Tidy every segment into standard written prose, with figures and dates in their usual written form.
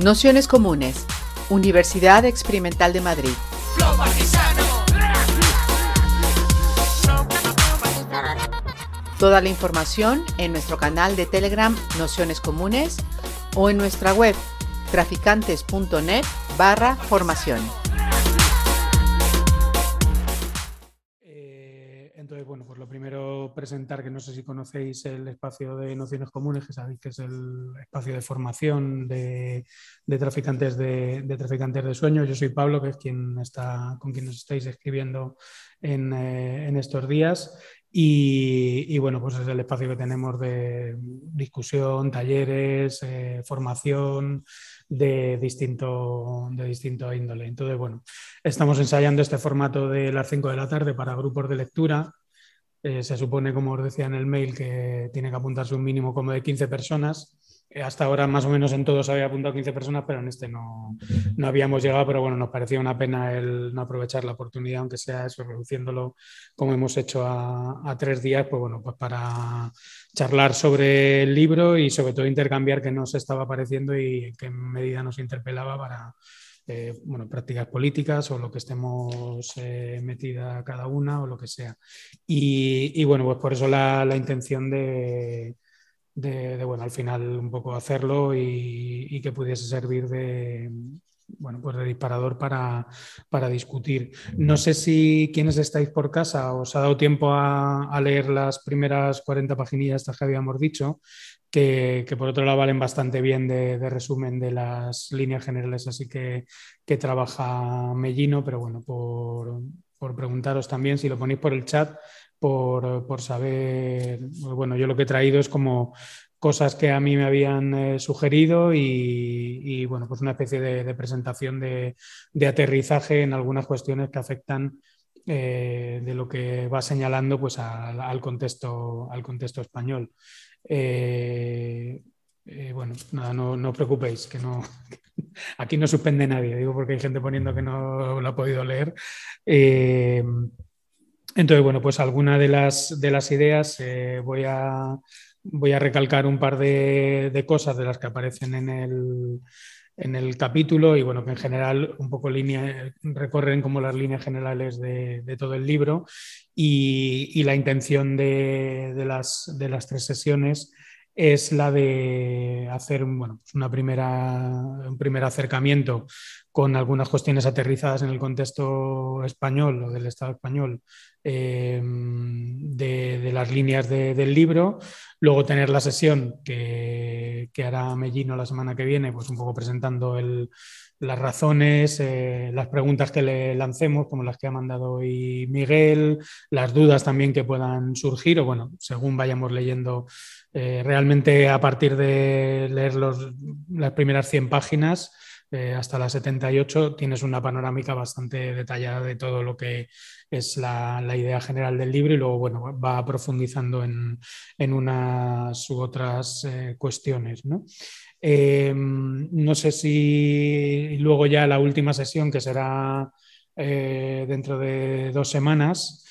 Nociones Comunes, Universidad Experimental de Madrid. Toda la información en nuestro canal de Telegram Nociones Comunes o en nuestra web traficantes.net/formación. Entonces, bueno, pues lo primero presentar, que no sé si conocéis el espacio de Nociones Comunes, que sabéis que es el espacio de formación de traficantes de sueños. Yo soy Pablo, que es con quien nos estáis escribiendo en estos días. Y bueno, pues es el espacio que tenemos de discusión, talleres, formación de distinto índole. Entonces, bueno, estamos ensayando este formato de las 5 de la tarde para grupos de lectura. Se supone, como os decía en el mail, que tiene que apuntarse un mínimo como de 15 personas. Hasta ahora más o menos en todos había apuntado 15 personas, pero en este no habíamos llegado. Pero bueno, nos parecía una pena el no aprovechar la oportunidad, aunque sea eso, reduciéndolo como hemos hecho a 3 días, pues bueno, pues para charlar sobre el libro y sobre todo intercambiar qué nos estaba pareciendo y en qué medida nos interpelaba para prácticas políticas o lo que estemos metida cada una o lo que sea. Y bueno, pues por eso la intención de bueno, al final un poco hacerlo y que pudiese servir de disparador para discutir. No sé si quienes estáis por casa os ha dado tiempo a leer las primeras 40 paginillas estas que habíamos dicho, que por otro lado valen bastante bien de resumen de las líneas generales así que trabaja Mellino, pero bueno, por preguntaros también, si lo ponéis por el chat, por saber, bueno, yo lo que he traído es como cosas que a mí me habían sugerido y bueno, pues una especie de presentación de aterrizaje en algunas cuestiones que afectan de lo que va señalando pues al contexto español. Bueno, nada, no os preocupéis, que no, aquí no suspende nadie, digo porque hay gente poniendo que no lo ha podido leer. Entonces, bueno, pues alguna de las ideas voy a recalcar un par de cosas de las que aparecen en el capítulo y bueno, que en general un poco recorren como las líneas generales de todo el libro y la intención de las 3 sesiones es la de hacer un primer acercamiento con algunas cuestiones aterrizadas en el contexto español o del Estado español de las líneas del libro, luego tener la sesión que hará Mellino la semana que viene, pues un poco presentando las razones, las preguntas que le lancemos, como las que ha mandado hoy Miguel, las dudas también que puedan surgir, o bueno, según vayamos leyendo, realmente a partir de leer las primeras 100 páginas, hasta las 78 tienes una panorámica bastante detallada de todo lo que es la idea general del libro y luego bueno, va profundizando en unas u otras cuestiones, ¿no? No sé si luego ya la última sesión, que será dentro de 2 semanas,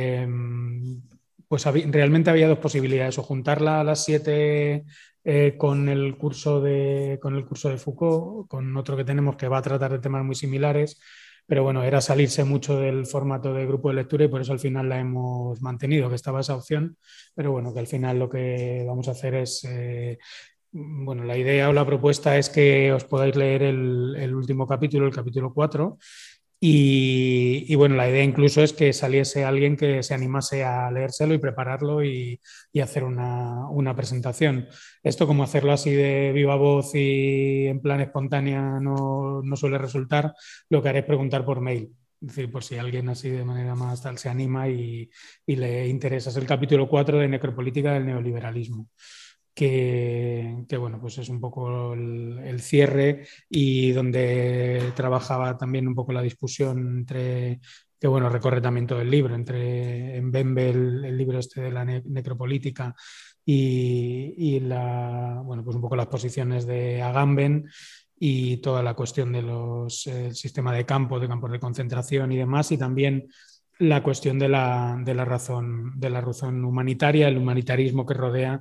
pues realmente había 2 posibilidades, o juntarla a las 7 con el curso de Foucault, con otro que tenemos que va a tratar de temas muy similares, pero bueno, era salirse mucho del formato de grupo de lectura y por eso al final la hemos mantenido, que estaba esa opción, pero bueno, que al final lo que vamos a hacer es, bueno, la idea o la propuesta es que os podáis leer el último capítulo, el capítulo 4. Y bueno, la idea incluso es que saliese alguien que se animase a leérselo y prepararlo y hacer una presentación. Esto, como hacerlo así de viva voz y en plan espontánea no suele resultar, lo que haré es preguntar por mail. Es decir, por si alguien así de manera más tal se anima y le interesa. Es el capítulo 4 de Necropolítica del neoliberalismo. Que bueno, pues es un poco el cierre y donde trabajaba también un poco la discusión entre, que bueno, recorre también todo el libro, entre en Bembe el libro este de la necropolítica y bueno, pues un poco las posiciones de Agamben y toda la cuestión de el sistema de campos de concentración y demás, y también la cuestión de la razón humanitaria, el humanitarismo que rodea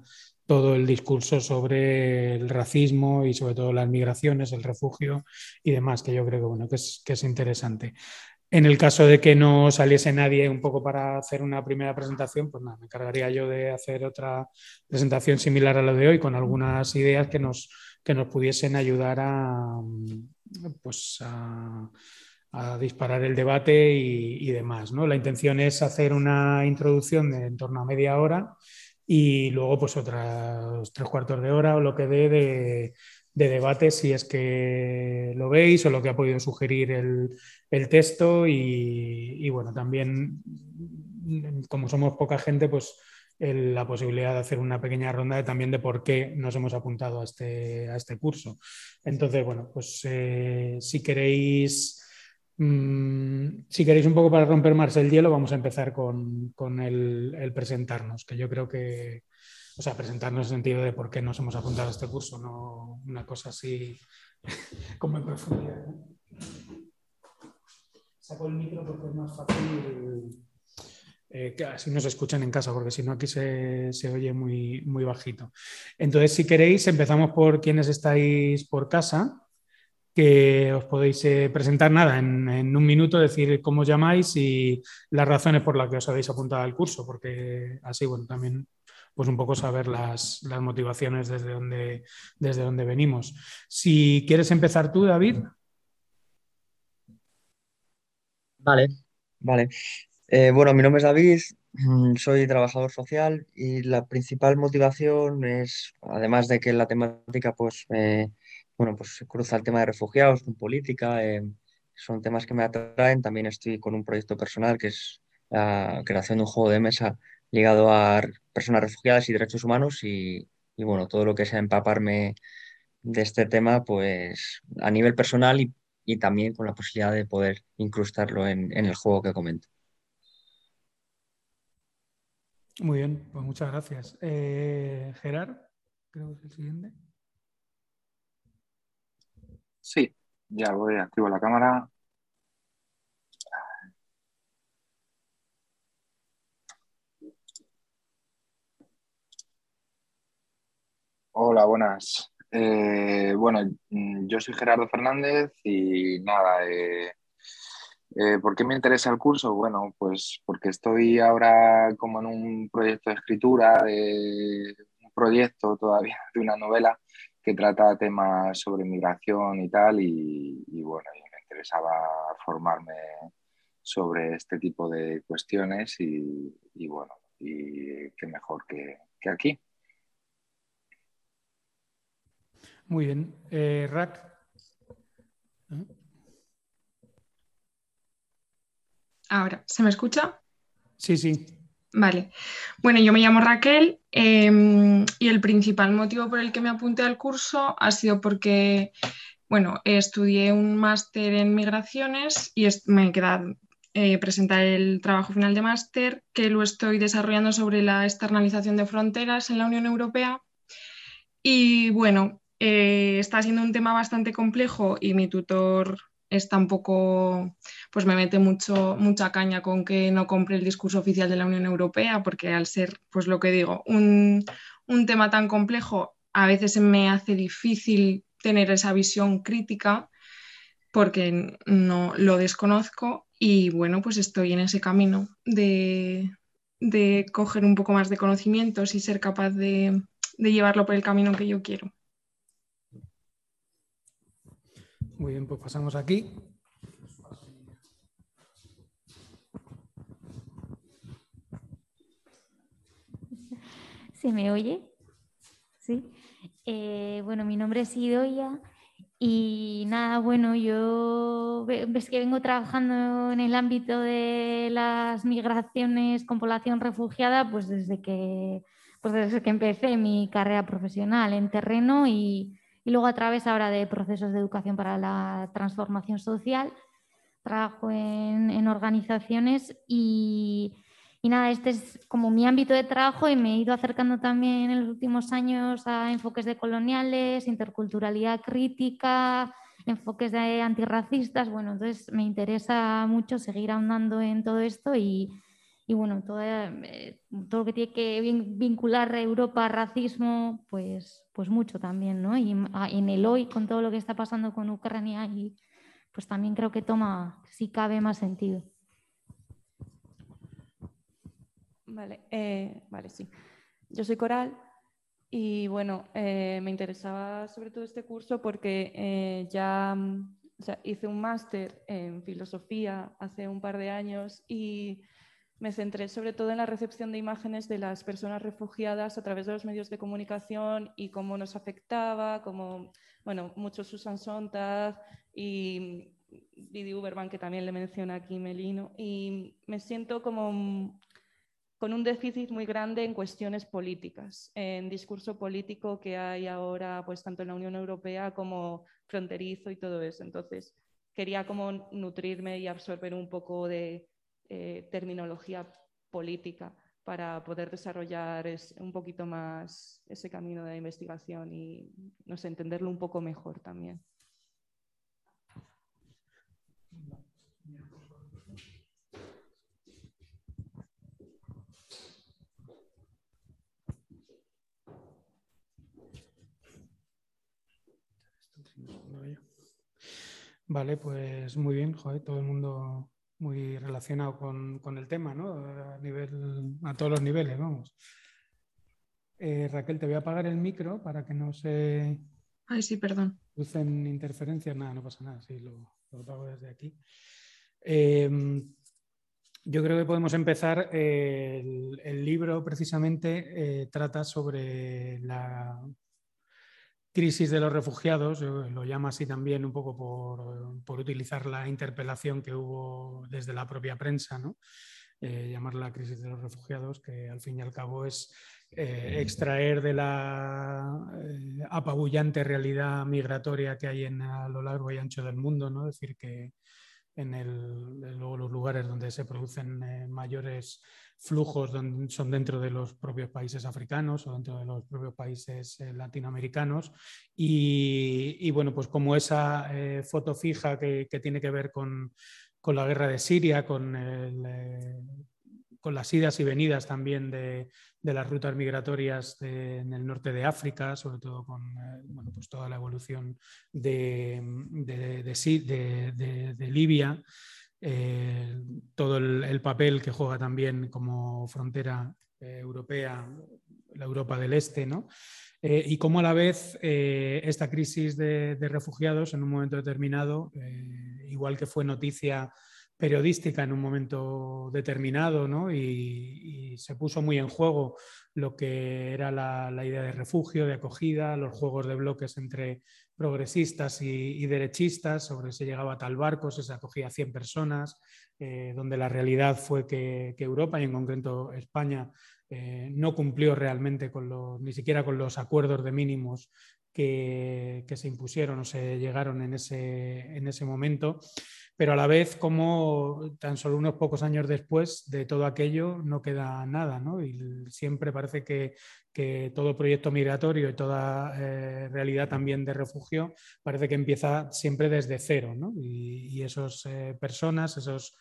todo el discurso sobre el racismo y sobre todo las migraciones, el refugio y demás, que yo creo que, bueno, que es interesante. En el caso de que no saliese nadie un poco para hacer una primera presentación, pues nada, me encargaría yo de hacer otra presentación similar a la de hoy con algunas ideas que nos pudiesen ayudar pues a disparar el debate y demás, ¿no? La intención es hacer una introducción de en torno a media hora y luego pues otras 3/4 de hora o lo que dé de debate si es que lo veis o lo que ha podido sugerir el texto y bueno, también como somos poca gente, pues la posibilidad de hacer una pequeña ronda también de por qué nos hemos apuntado a este curso. Entonces, bueno, pues si queréis... si queréis un poco para romper más el hielo, vamos a empezar con el presentarnos, que yo creo que, o sea, presentarnos en el sentido de por qué nos hemos apuntado a este curso, no una cosa así como en profundidad. Saco el micro porque es más fácil que así nos escuchan en casa, porque si no aquí se oye muy, muy bajito. Entonces, si queréis, empezamos por quienes estáis por casa, que os podéis presentar nada en un minuto, decir cómo os llamáis y las razones por las que os habéis apuntado al curso, porque así, bueno, también pues un poco saber las motivaciones desde donde venimos. Si quieres empezar tú, David. Vale, vale. Bueno, mi nombre es David, soy trabajador social y la principal motivación es, además de que la temática, pues, bueno, pues se cruza el tema de refugiados con política, son temas que me atraen. También estoy con un proyecto personal que es la creación de un juego de mesa ligado a personas refugiadas y derechos humanos y bueno, todo lo que sea empaparme de este tema, pues a nivel personal y también con la posibilidad de poder incrustarlo en el juego que comento. Muy bien, pues muchas gracias. Gerard, creo que es el siguiente. Sí, ya voy, activo la cámara. Hola, buenas. Bueno, yo soy Gerardo Fernández y nada, ¿por qué me interesa el curso? Bueno, pues porque estoy ahora como en un proyecto de escritura, de un proyecto todavía de una novela que trata temas sobre migración y tal, y bueno, y me interesaba formarme sobre este tipo de cuestiones y bueno, y qué mejor que aquí. Muy bien. Rack. Ahora, ¿se me escucha? Sí, sí. Vale. Bueno, yo me llamo Raquel y el principal motivo por el que me apunté al curso ha sido porque, bueno, estudié un máster en migraciones y me queda presentar el trabajo final de máster que lo estoy desarrollando sobre la externalización de fronteras en la Unión Europea. Y bueno, está siendo un tema bastante complejo y mi tutor está un poco, pues me mete mucha caña con que no compre el discurso oficial de la Unión Europea, porque al ser, pues lo que digo, un tema tan complejo, a veces se me hace difícil tener esa visión crítica porque no lo desconozco y bueno, pues estoy en ese camino de coger un poco más de conocimientos y ser capaz de llevarlo por el camino que yo quiero. Muy bien, pues pasamos aquí. ¿Se me oye? Sí. Bueno, mi nombre es Idoia y nada, bueno, yo ves que vengo trabajando en el ámbito de las migraciones con población refugiada pues desde que empecé mi carrera profesional en terreno y luego a través ahora de procesos de educación para la transformación social. Trabajo en organizaciones y nada, este es como mi ámbito de trabajo y me he ido acercando también en los últimos años a enfoques decoloniales, interculturalidad crítica, enfoques de antirracistas. Bueno, entonces me interesa mucho seguir ahondando en todo esto y bueno, todo lo que tiene que vincular a Europa a racismo, pues mucho también, ¿no? Y en el hoy, con todo lo que está pasando con Ucrania, y pues también creo que toma, si cabe, más sentido. Vale, sí. Yo soy Coral y bueno, me interesaba sobre todo este curso porque o sea, hice un máster en filosofía hace un par de años y me centré sobre todo en la recepción de imágenes de las personas refugiadas a través de los medios de comunicación y cómo nos afectaba, como, bueno, mucho Susan Sontag y Didi Uberman, que también le menciona aquí Melino, y me siento como con un déficit muy grande en cuestiones políticas, en discurso político que hay ahora, pues tanto en la Unión Europea como fronterizo y todo eso. Entonces, quería como nutrirme y absorber un poco de terminología política para poder desarrollar un poquito más ese camino de investigación y, no sé, entenderlo un poco mejor también. Vale, pues muy bien, joder, todo el mundo muy relacionado con el tema, ¿no? A todos los niveles, vamos. Raquel, te voy a apagar el micro para que no se... Ay, sí, perdón. Producen interferencias, nada, no pasa nada, sí, lo apago desde aquí. Yo creo que podemos empezar. El libro precisamente trata sobre la crisis de los refugiados, lo llama así también un poco por utilizar la interpelación que hubo desde la propia prensa, ¿no? Llamarla la crisis de los refugiados, que al fin y al cabo es extraer de la apabullante realidad migratoria que hay a lo largo y ancho del mundo, ¿no? Es decir, que luego los lugares donde se producen mayores flujos son dentro de los propios países africanos o dentro de los propios países latinoamericanos y bueno, pues como esa foto fija que tiene que ver con la guerra de Siria, con las idas y venidas también de las rutas migratorias en el norte de África, sobre todo con bueno, pues toda la evolución de Libia, todo el papel que juega también como frontera europea, la Europa del Este, ¿no? Y cómo a la vez esta crisis de refugiados en un momento determinado, igual que fue noticia periodística en un momento determinado, ¿no? y se puso muy en juego lo que era la idea de refugio, de acogida, los juegos de bloques entre progresistas y derechistas, sobre si llegaba a tal barco, si se acogía a 100 personas, donde la realidad fue que Europa, y en concreto España, no cumplió realmente ni siquiera con los acuerdos de mínimos que se impusieron o se llegaron en ese momento. Pero a la vez, como tan solo unos pocos años después de todo aquello no queda nada, ¿no? Y siempre parece que todo proyecto migratorio y toda realidad también de refugio parece que empieza siempre desde cero, ¿no? Y esas personas,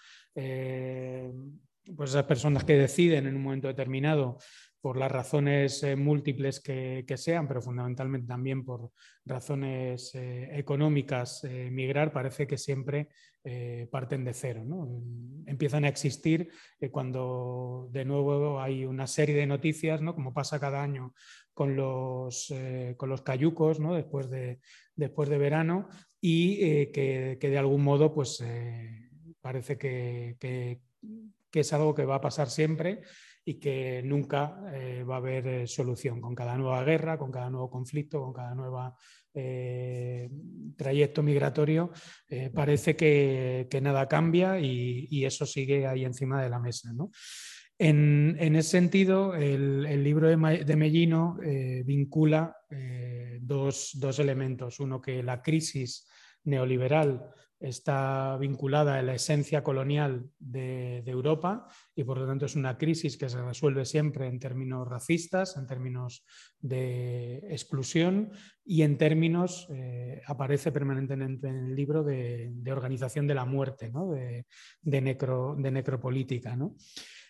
pues esas personas que deciden en un momento determinado, por las razones múltiples que sean, pero fundamentalmente también por razones económicas, migrar, parece que siempre parten de cero, ¿no? Empiezan a existir cuando de nuevo hay una serie de noticias, ¿no? Como pasa cada año con los cayucos, ¿no? después de verano, y que de algún modo pues, parece que es algo que va a pasar siempre y que nunca va a haber solución. Con cada nueva guerra, con cada nuevo conflicto, con cada nuevo trayecto migratorio, parece que nada cambia y eso sigue ahí encima de la mesa, ¿no? En ese sentido, el libro de Mellino vincula dos elementos. Uno, que la crisis neoliberal está vinculada a la esencia colonial de Europa y por lo tanto es una crisis que se resuelve siempre en términos racistas, en términos de exclusión y en términos, aparece permanentemente en el libro, de organización de la muerte, ¿no? de necropolítica, ¿no?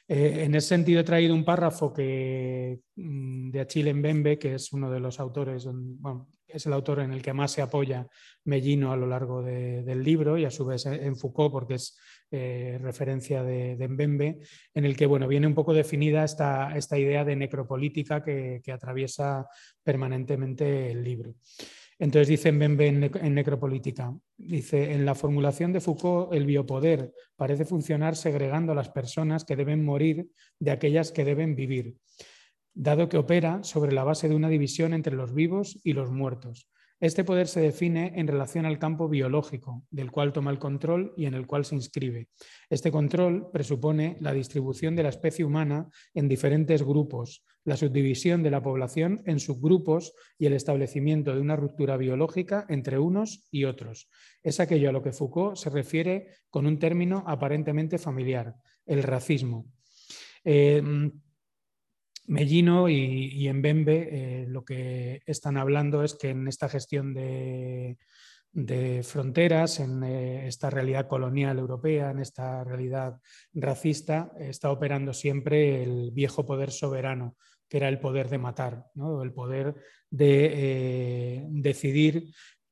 En ese sentido he traído un párrafo de Achille Mbembe, que es uno de los autores, bueno, es el autor en el que más se apoya Mellino a lo largo del libro, y a su vez en Foucault, porque es referencia de Mbembe, en el que bueno, viene un poco definida esta idea de necropolítica que atraviesa permanentemente el libro. Entonces dice Mbembe en Necropolítica, dice, en la formulación de Foucault el biopoder parece funcionar segregando a las personas que deben morir de aquellas que deben vivir, dado que opera sobre la base de una división entre los vivos y los muertos. Este poder se define en relación al campo biológico, del cual toma el control y en el cual se inscribe. Este control presupone la distribución de la especie humana en diferentes grupos, la subdivisión de la población en subgrupos y el establecimiento de una ruptura biológica entre unos y otros. Es aquello a lo que Foucault se refiere con un término aparentemente familiar, el racismo. Mellino y Mbembe lo que están hablando es que en esta gestión de fronteras, en esta realidad colonial europea, en esta realidad racista, está operando siempre el viejo poder soberano, que era el poder de matar, ¿no? El poder de decidir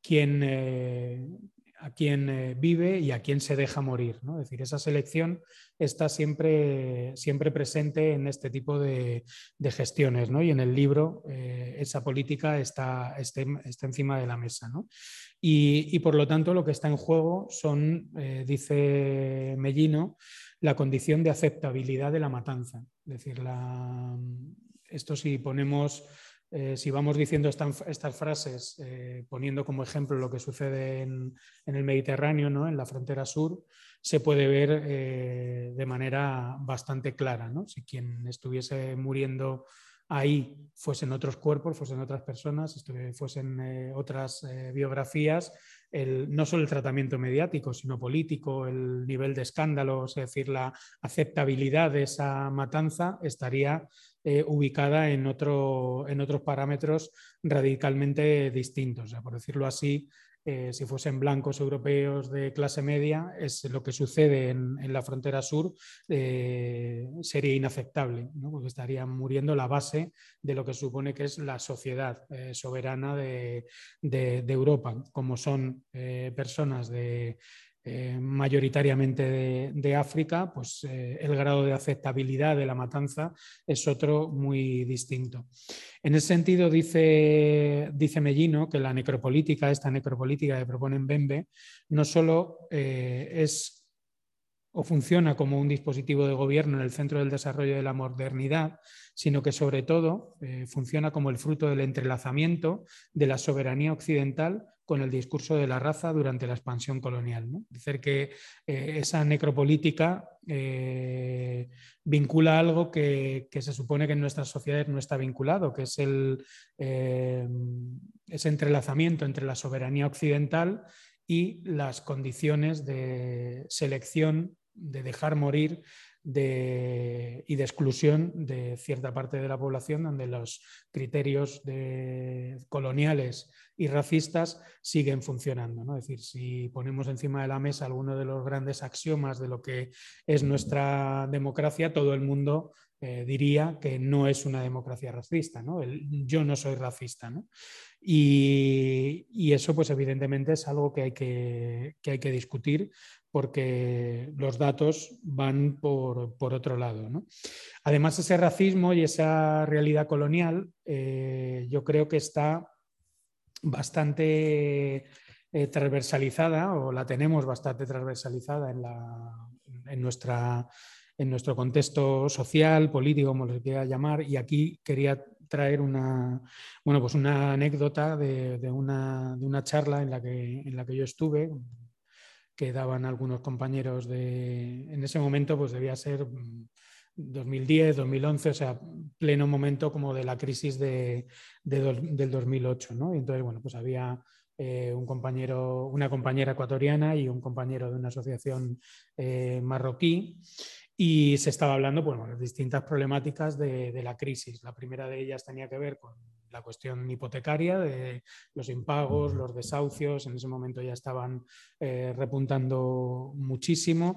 a quién vive y a quién se deja morir, ¿no? Es decir, esa selección está siempre presente en este tipo de gestiones, ¿no? Y en el libro esa política está encima de la mesa, ¿no? Y por lo tanto lo que está en juego son, dice Mellino, la condición de aceptabilidad de la matanza. Es decir, esto si ponemos... si vamos diciendo estas frases, poniendo como ejemplo lo que sucede en el Mediterráneo, ¿no? En la frontera sur, se puede ver de manera bastante clara, ¿no? Si quien estuviese muriendo ahí fuesen otros cuerpos, fuesen otras personas, fuesen otras biografías, no solo el tratamiento mediático, sino político, el nivel de escándalos, es decir, la aceptabilidad de esa matanza estaría ubicada en otros parámetros radicalmente distintos. O sea, por decirlo así, si fuesen blancos europeos de clase media, es lo que sucede en la frontera sur, sería inaceptable, ¿no? Porque estarían muriendo la base de lo que supone que es la sociedad soberana de Europa, como son personas mayoritariamente de África, pues el grado de aceptabilidad de la matanza es otro muy distinto. En ese sentido dice Mellino que la necropolítica, esta necropolítica que propone Mbembe, no solo es o funciona como un dispositivo de gobierno en el centro del desarrollo de la modernidad, sino que sobre todo funciona como el fruto del entrelazamiento de la soberanía occidental con el discurso de la raza durante la expansión colonial, ¿no? Es decir, que esa necropolítica vincula algo que se supone que en nuestras sociedades no está vinculado, que es ese entrelazamiento entre la soberanía occidental y las condiciones de selección, de dejar morir y de exclusión de cierta parte de la población, donde los criterios coloniales y racistas siguen funcionando, ¿no? Es decir, si ponemos encima de la mesa alguno de los grandes axiomas de lo que es nuestra democracia, todo el mundo diría que no es una democracia racista, ¿no? Yo no soy racista, ¿no? Y eso, pues evidentemente es algo que hay que discutir, porque los datos van por otro lado, ¿no? Además, ese racismo y esa realidad colonial yo creo que está bastante transversalizada, o la tenemos bastante transversalizada en nuestro contexto social, político, como se quiera llamar, y aquí quería traer una anécdota de una charla en la que yo estuve, que daban algunos compañeros en ese momento, pues debía ser 2010, 2011, o sea, pleno momento como de la crisis del 2008, ¿no? Y entonces, bueno, pues había una compañera ecuatoriana y un compañero de una asociación marroquí, y se estaba hablando, bueno, de distintas problemáticas de la crisis. La primera de ellas tenía que ver con la cuestión hipotecaria, de los impagos, los desahucios, en ese momento ya estaban repuntando muchísimo.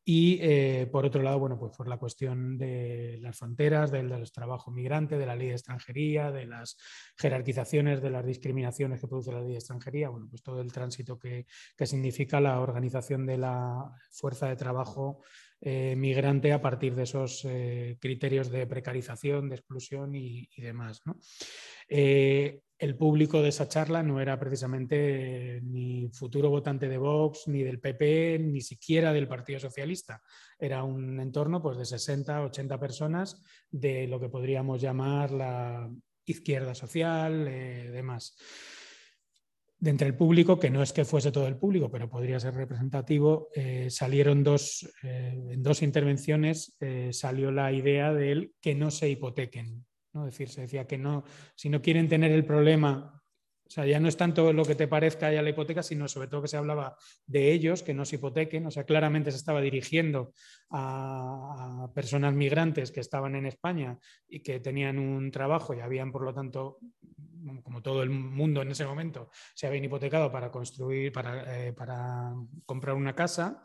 Y por otro lado, bueno, pues por la cuestión de las fronteras, de los trabajos migrantes, de la ley de extranjería, de las jerarquizaciones, de las discriminaciones que produce la ley de extranjería, bueno, pues todo el tránsito que significa la organización de la fuerza de trabajo migrante a partir de esos criterios de precarización, de exclusión y demás, ¿no? El público de esa charla no era precisamente ni futuro votante de Vox, ni del PP, ni siquiera del Partido Socialista. Era un entorno pues, de 60, 80 personas de lo que podríamos llamar la izquierda social, demás. De entre el público, que no es que fuese todo el público, pero podría ser representativo, salieron en dos intervenciones, salió la idea del que no se hipotequen, ¿no? Es decir, se decía que no, si no quieren tener el problema, o sea, ya no es tanto lo que te parezca ya la hipoteca, sino sobre todo que se hablaba de ellos, que no se hipotequen, o sea, claramente se estaba dirigiendo a personas migrantes que estaban en España y que tenían un trabajo y habían, por lo tanto, como todo el mundo en ese momento, se habían hipotecado para construir, para comprar una casa.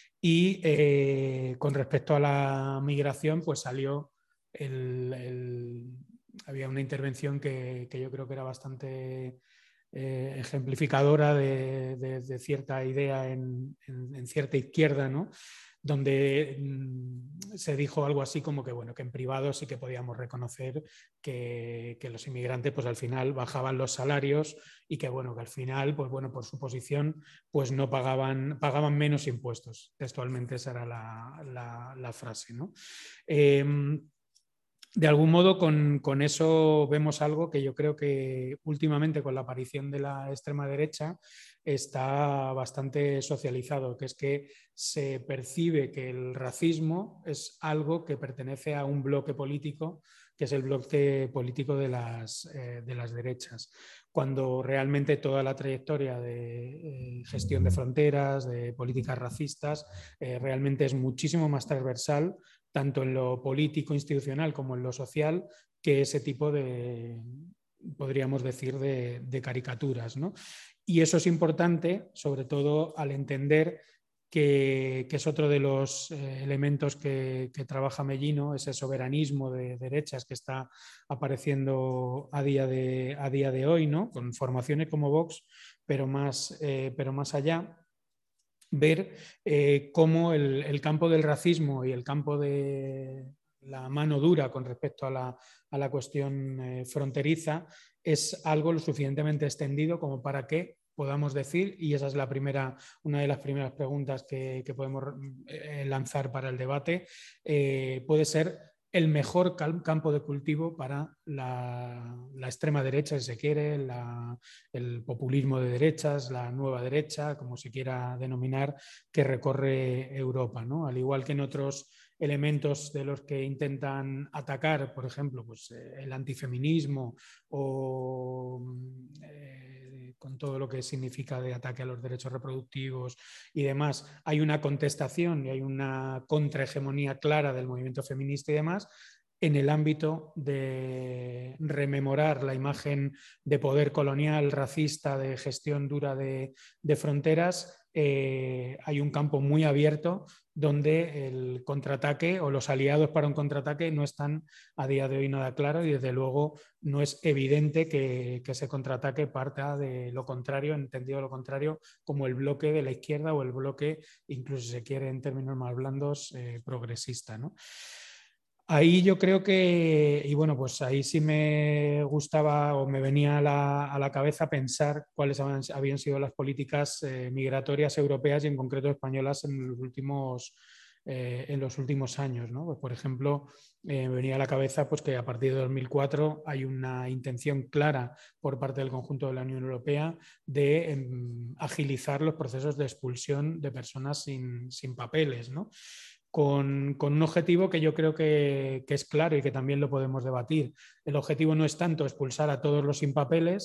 Y con respecto a la migración, pues salió había una intervención que yo creo que era bastante ejemplificadora de cierta idea en cierta izquierda, ¿no? Donde se dijo algo así como que, bueno, que en privado sí que podíamos reconocer que los inmigrantes pues al final bajaban los salarios y que, bueno, que al final, pues bueno, por su posición, pues no pagaban menos impuestos. Textualmente esa era la frase, ¿no? De algún modo con eso vemos algo que yo creo que últimamente con la aparición de la extrema derecha está bastante socializado, que es que se percibe que el racismo es algo que pertenece a un bloque político, que es el bloque político de las derechas, cuando realmente toda la trayectoria de gestión de fronteras, de políticas racistas, realmente es muchísimo más transversal, tanto en lo político institucional como en lo social, que ese tipo de, podríamos decir, de caricaturas, ¿no? Y eso es importante, sobre todo al entender que es otro de los elementos que trabaja Mellino, ese soberanismo de derechas que está apareciendo a día de hoy, ¿no? Con formaciones como Vox, pero más allá. Ver cómo el campo del racismo y el campo de la mano dura con respecto a la cuestión fronteriza es algo lo suficientemente extendido como para que podamos decir, y esa es una de las primeras preguntas que podemos lanzar para el debate, puede ser el mejor campo de cultivo para la extrema derecha, si se quiere, el populismo de derechas, la nueva derecha, como se quiera denominar, que recorre Europa, ¿no? Al igual que en otros elementos de los que intentan atacar, por ejemplo, pues, el antifeminismo o con todo lo que significa de ataque a los derechos reproductivos y demás, hay una contestación y hay una contrahegemonía clara del movimiento feminista y demás. En el ámbito de rememorar la imagen de poder colonial, racista, de gestión dura de fronteras, hay un campo muy abierto donde el contraataque o los aliados para un contraataque no están a día de hoy nada claro y desde luego no es evidente que ese contraataque parta de lo contrario, entendido lo contrario, como el bloque de la izquierda o el bloque, incluso si se quiere en términos más blandos, progresista, ¿no? Ahí yo creo que, y bueno, pues ahí sí me gustaba o me venía a la cabeza pensar cuáles habían sido las políticas migratorias europeas y en concreto españolas en los últimos años, ¿no? Pues, por ejemplo, me venía a la cabeza pues, que a partir de 2004 hay una intención clara por parte del conjunto de la Unión Europea de agilizar los procesos de expulsión de personas sin papeles, ¿no? Con un objetivo que yo creo que es claro y que también lo podemos debatir. El objetivo no es tanto expulsar a todos los sin papeles,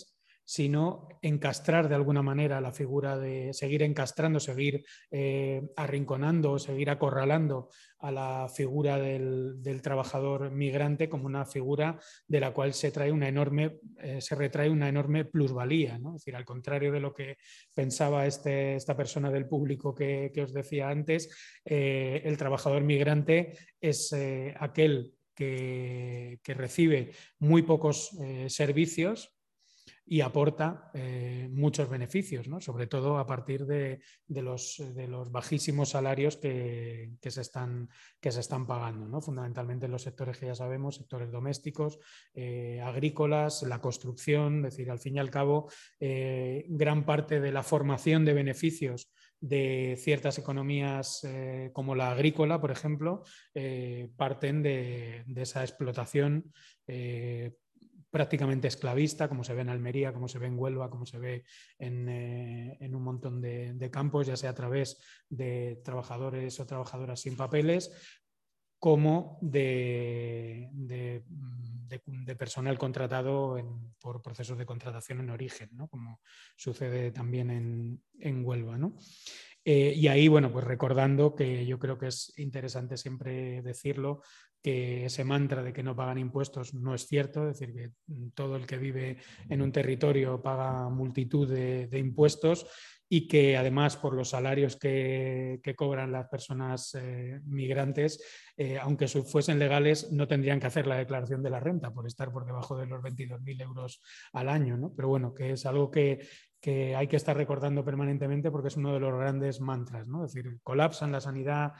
sino encastrar de alguna manera la figura de seguir encastrando, seguir arrinconando, seguir acorralando a la figura del trabajador migrante como una figura de la cual se retrae una enorme plusvalía, ¿no? Es decir, al contrario de lo que pensaba esta persona del público que os decía antes, el trabajador migrante es aquel que recibe muy pocos servicios y aporta muchos beneficios, ¿no? Sobre todo a partir de los bajísimos salarios que se están pagando, ¿no? Fundamentalmente en los sectores que ya sabemos, sectores domésticos, agrícolas, la construcción. Es decir, al fin y al cabo, gran parte de la formación de beneficios de ciertas economías como la agrícola, por ejemplo, parten de esa explotación prácticamente esclavista, como se ve en Almería, como se ve en Huelva, como se ve en un montón de campos, ya sea a través de trabajadores o trabajadoras sin papeles, como de personal contratado por procesos de contratación en origen, ¿no? Como sucede también en Huelva, ¿no? Y ahí, bueno, pues recordando que yo creo que es interesante siempre decirlo, que ese mantra de que no pagan impuestos no es cierto, es decir, que todo el que vive en un territorio paga multitud de impuestos y que además por los salarios que cobran las personas migrantes, aunque fuesen legales, no tendrían que hacer la declaración de la renta por estar por debajo de los 22.000 euros al año, ¿no? Pero bueno, que es algo que hay que estar recordando permanentemente porque es uno de los grandes mantras, ¿no? Es decir, colapsan la sanidad,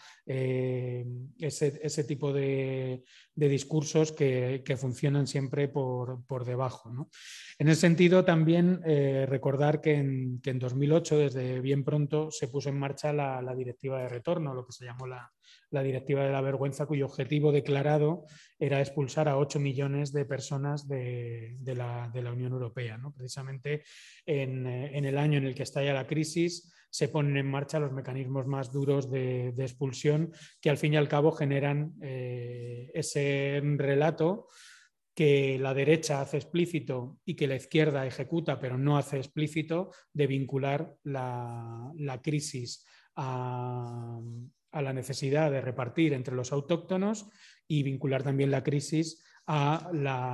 ese tipo de discursos que funcionan siempre por debajo, ¿no? En ese sentido, también recordar que en 2008, desde bien pronto, se puso en marcha la Directiva de Retorno, lo que se llamó la Directiva de la Vergüenza, cuyo objetivo declarado era expulsar a 8 millones de personas de la Unión Europea, ¿no? Precisamente en el año en el que estalla la crisis se ponen en marcha los mecanismos más duros de expulsión que al fin y al cabo generan ese relato que la derecha hace explícito y que la izquierda ejecuta pero no hace explícito, de vincular la crisis a la necesidad de repartir entre los autóctonos y vincular también la crisis a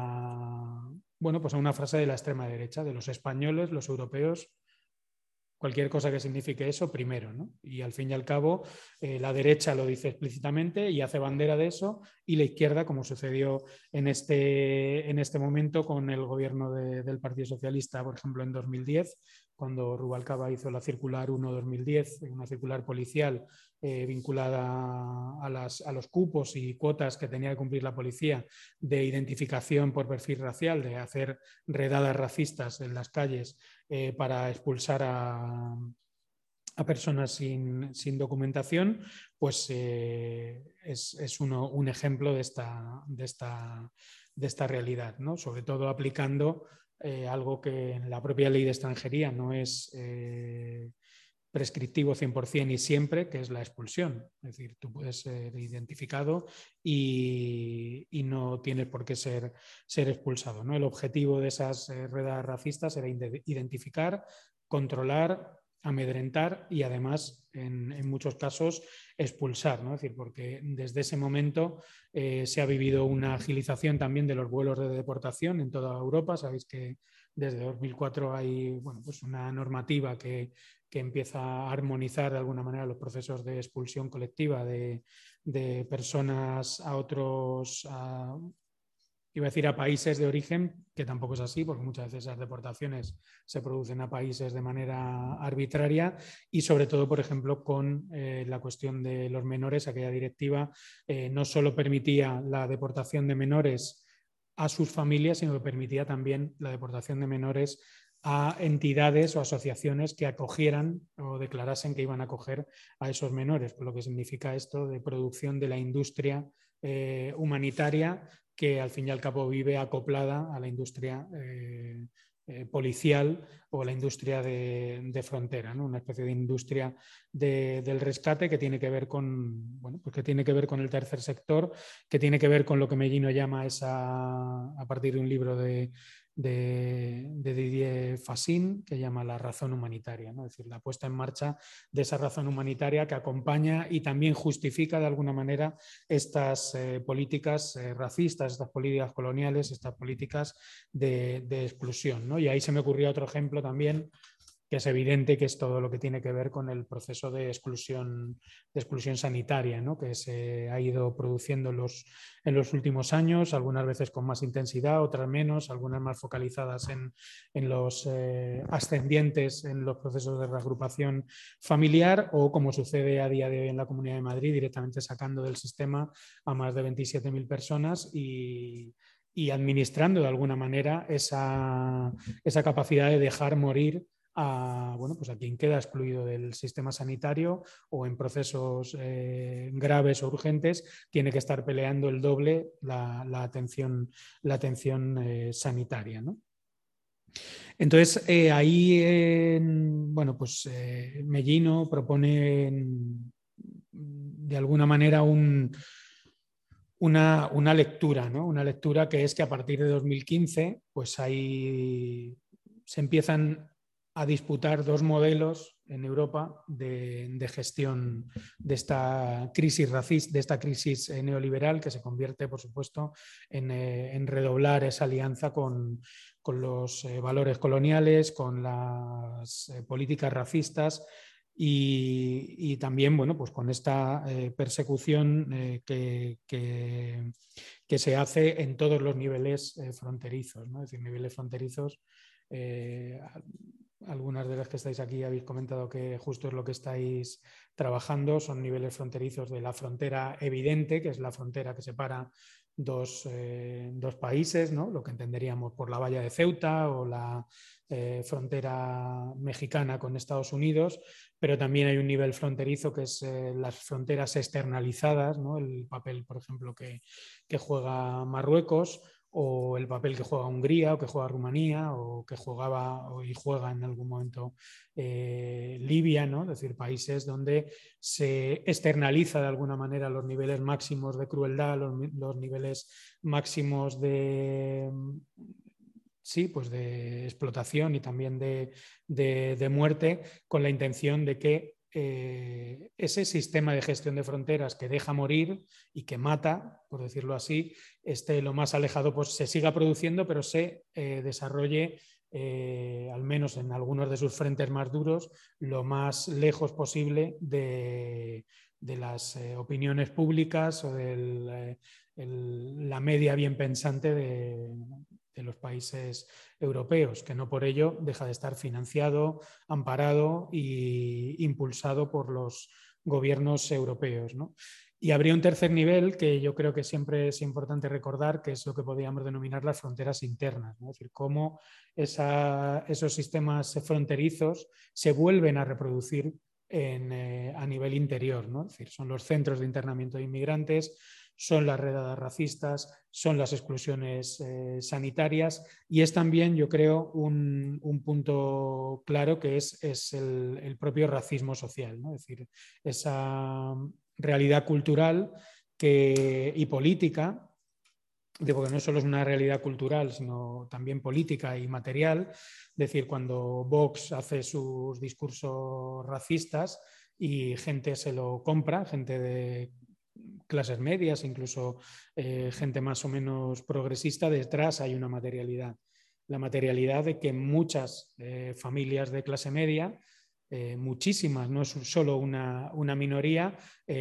pues a una frase de la extrema derecha, de los españoles, los europeos, cualquier cosa que signifique eso, primero, ¿no? Y al fin y al cabo, la derecha lo dice explícitamente y hace bandera de eso, y la izquierda, como sucedió en este momento con el gobierno del Partido Socialista, por ejemplo, en 2010, cuando Rubalcaba hizo la circular 1-2010, una circular policial vinculada a los cupos y cuotas que tenía que cumplir la policía de identificación por perfil racial, de hacer redadas racistas en las calles para expulsar a personas sin documentación, pues es un ejemplo de esta realidad, ¿no? Sobre todo aplicando algo que en la propia ley de extranjería no es prescriptivo 100% y siempre, que es la expulsión. Es decir, tú puedes ser identificado y no tienes por qué ser expulsado, ¿no? El objetivo de esas redadas racistas era identificar, controlar, amedrentar y además en muchos casos expulsar, ¿no? Es decir, porque desde ese momento se ha vivido una agilización también de los vuelos de deportación en toda Europa. Sabéis que desde 2004 hay pues una normativa que empieza a armonizar de alguna manera los procesos de expulsión colectiva de personas a otros, iba a decir a países de origen, que tampoco es así, porque muchas veces esas deportaciones se producen a países de manera arbitraria, y sobre todo, por ejemplo, con la cuestión de los menores. Aquella directiva no solo permitía la deportación de menores a sus familias, sino que permitía también la deportación de menores a entidades o asociaciones que acogieran o declarasen que iban a acoger a esos menores, por lo que significa esto de producción de la industria humanitaria, que al fin y al cabo vive acoplada a la industria policial o la industria de frontera, ¿no? Una especie de industria del rescate que tiene que ver con, pues que tiene que ver con el tercer sector, que tiene que ver con lo que Mellino llama a partir de un libro de de Didier Fassin, que llama la razón humanitaria, ¿no? Es decir, la puesta en marcha de esa razón humanitaria que acompaña y también justifica de alguna manera estas políticas racistas, estas políticas coloniales, estas políticas de exclusión, ¿no? Y ahí se me ocurría otro ejemplo también, que es evidente que es todo lo que tiene que ver con el proceso de exclusión sanitaria, ¿no? Que se ha ido produciendo en los últimos años, algunas veces con más intensidad, otras menos, algunas más focalizadas en los ascendientes en los procesos de reagrupación familiar, o como sucede a día de hoy en la Comunidad de Madrid, directamente sacando del sistema a más de 27.000 personas y administrando de alguna manera esa capacidad de dejar morir bueno, pues a quien queda excluido del sistema sanitario o en procesos graves o urgentes, tiene que estar peleando el doble la atención sanitaria, ¿no? Entonces, ahí, bueno, pues Mellino propone de alguna manera una lectura, ¿no? Una lectura que es que a partir de 2015, pues ahí se empiezan a disputar dos modelos en Europa de gestión de esta crisis racista, de esta crisis neoliberal, que se convierte, por supuesto, en redoblar esa alianza con los valores coloniales, con las políticas racistas y también, bueno, pues con esta persecución que se hace en todos los niveles fronterizos, ¿no? Es decir, niveles fronterizos. Algunas de las que estáis aquí habéis comentado que justo es lo que estáis trabajando, son niveles fronterizos de la frontera evidente, que es la frontera que separa dos países, ¿no? Lo que entenderíamos por la valla de Ceuta o la frontera mexicana con Estados Unidos, pero también hay un nivel fronterizo que es las fronteras externalizadas, ¿no? El papel, por ejemplo, que juega Marruecos, o el papel que juega Hungría o que juega Rumanía o que jugaba y juega en algún momento Libia, ¿no? Es decir, países donde se externaliza de alguna manera los niveles máximos de crueldad, los niveles máximos de explotación y también de muerte, con la intención de que ese sistema de gestión de fronteras que deja morir y que mata, por decirlo así, esté lo más alejado, pues se siga produciendo, pero se desarrolle, al menos en algunos de sus frentes más duros, lo más lejos posible de las opiniones públicas o de la media bien pensante de los países europeos, que no por ello deja de estar financiado, amparado e impulsado por los gobiernos europeos, ¿no? Y habría un tercer nivel que yo creo que siempre es importante recordar, que es lo que podríamos denominar las fronteras internas, ¿no? Es decir, cómo esos sistemas fronterizos se vuelven a reproducir a nivel interior, ¿no? Es decir, son los centros de internamiento de inmigrantes, son las redadas racistas, son las exclusiones sanitarias, y es también, yo creo, un punto claro que es el propio racismo social, ¿no? Es decir, esa realidad cultural y política, porque no solo es una realidad cultural, sino también política y material. Es decir, cuando Vox hace sus discursos racistas y gente se lo compra, gente de clases medias, incluso gente más o menos progresista, detrás hay una materialidad. La materialidad de que muchas familias de clase media, muchísimas, no es solo una minoría,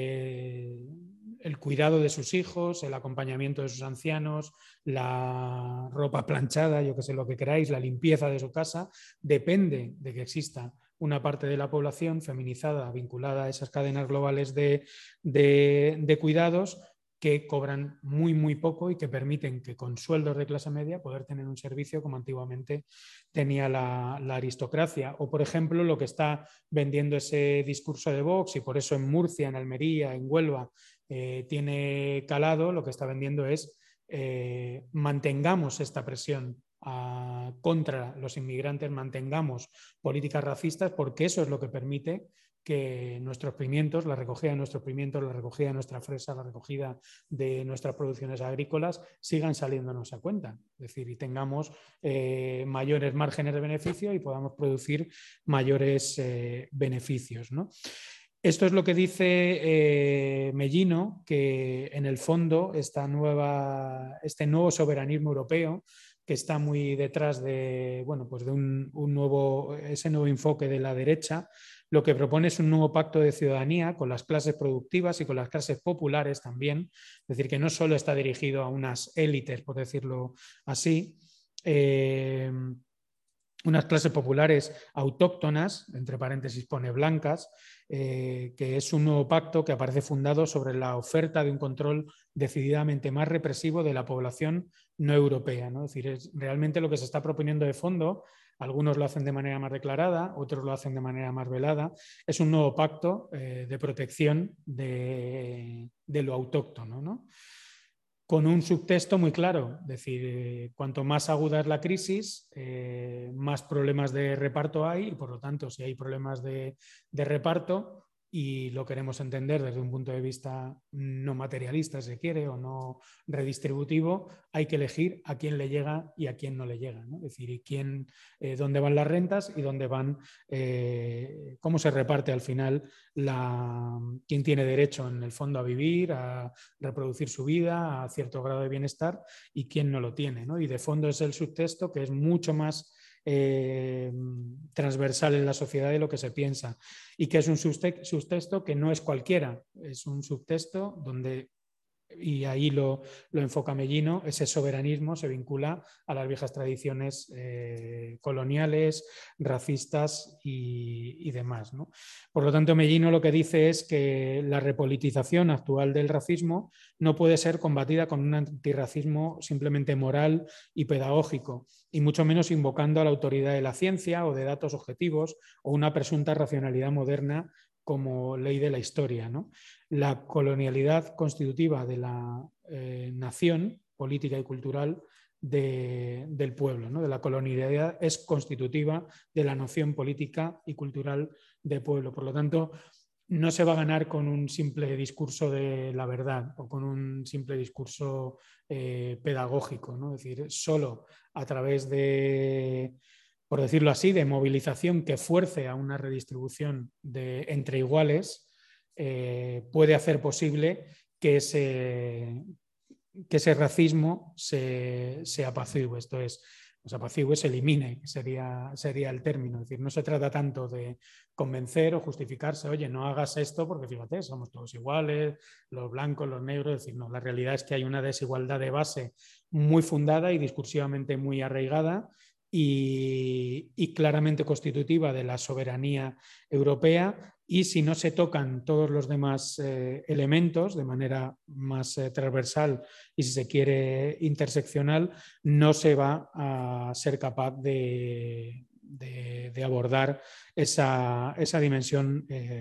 el cuidado de sus hijos, el acompañamiento de sus ancianos, la ropa planchada, yo que sé lo que queráis, la limpieza de su casa, depende de que exista una parte de la población feminizada vinculada a esas cadenas globales de cuidados que cobran muy, muy poco y que permiten que con sueldos de clase media poder tener un servicio como antiguamente tenía la aristocracia. O, por ejemplo, lo que está vendiendo ese discurso de Vox, y por eso en Murcia, en Almería, en Huelva, tiene calado, lo que está vendiendo es mantengamos esta presión contra los inmigrantes mantengamos políticas racistas, porque eso es lo que permite que nuestros pimientos, la recogida de nuestros pimientos, la recogida de nuestra fresa, la recogida de nuestras producciones agrícolas sigan saliéndonos a cuenta. Es decir, y tengamos mayores márgenes de beneficio y podamos producir mayores beneficios, ¿no? Esto es lo que dice Mellino, que en el fondo este nuevo soberanismo europeo, que está muy detrás de, bueno, pues de ese nuevo enfoque de la derecha, lo que propone es un nuevo pacto de ciudadanía con las clases productivas y con las clases populares también. Es decir, que no solo está dirigido a unas élites, por decirlo así, unas clases populares autóctonas, entre paréntesis pone blancas, que es un nuevo pacto que aparece fundado sobre la oferta de un control decididamente más represivo de la población no europea, ¿no? Es decir, es realmente lo que se está proponiendo de fondo. Algunos lo hacen de manera más declarada, otros lo hacen de manera más velada. Es un nuevo pacto de protección de lo autóctono, ¿no? Con un subtexto muy claro, es decir, cuanto más aguda es la crisis, más problemas de reparto hay y, por lo tanto, si hay problemas de reparto y lo queremos entender desde un punto de vista no materialista, si se quiere, o no redistributivo, hay que elegir a quién le llega y a quién no le llega, ¿no? Es decir, y dónde van las rentas y dónde van, cómo se reparte al final quién tiene derecho en el fondo a vivir, a reproducir su vida, a cierto grado de bienestar y quién no lo tiene, ¿no? Y de fondo es el subtexto que es mucho más transversal en la sociedad de lo que se piensa y que es un subtexto que no es cualquiera, es un subtexto donde, y ahí lo enfoca Mellino, ese soberanismo se vincula a las viejas tradiciones coloniales, racistas y demás, ¿no? Por lo tanto, Mellino lo que dice es que la repolitización actual del racismo no puede ser combatida con un antirracismo simplemente moral y pedagógico, y mucho menos invocando a la autoridad de la ciencia o de datos objetivos o una presunta racionalidad moderna como ley de la historia, ¿no? La colonialidad constitutiva de la nación política y cultural del pueblo, ¿no? De la colonialidad es constitutiva de la noción política y cultural del pueblo. Por lo tanto, no se va a ganar con un simple discurso de la verdad o con un simple discurso pedagógico, ¿no? Es decir, solo a través de, por decirlo así, de movilización que fuerce a una redistribución entre iguales, puede hacer posible que ese racismo se apacigüe. Esto es, se apacigüe, se elimine, sería el término. Es decir, no se trata tanto de convencer o justificarse, oye, no hagas esto porque fíjate, somos todos iguales, los blancos, los negros. Es decir, no, la realidad es que hay una desigualdad de base muy fundada y discursivamente muy arraigada y claramente constitutiva de la soberanía europea, y si no se tocan todos los demás elementos de manera más transversal y, si se quiere, interseccional, no se va a ser capaz de abordar esa dimensión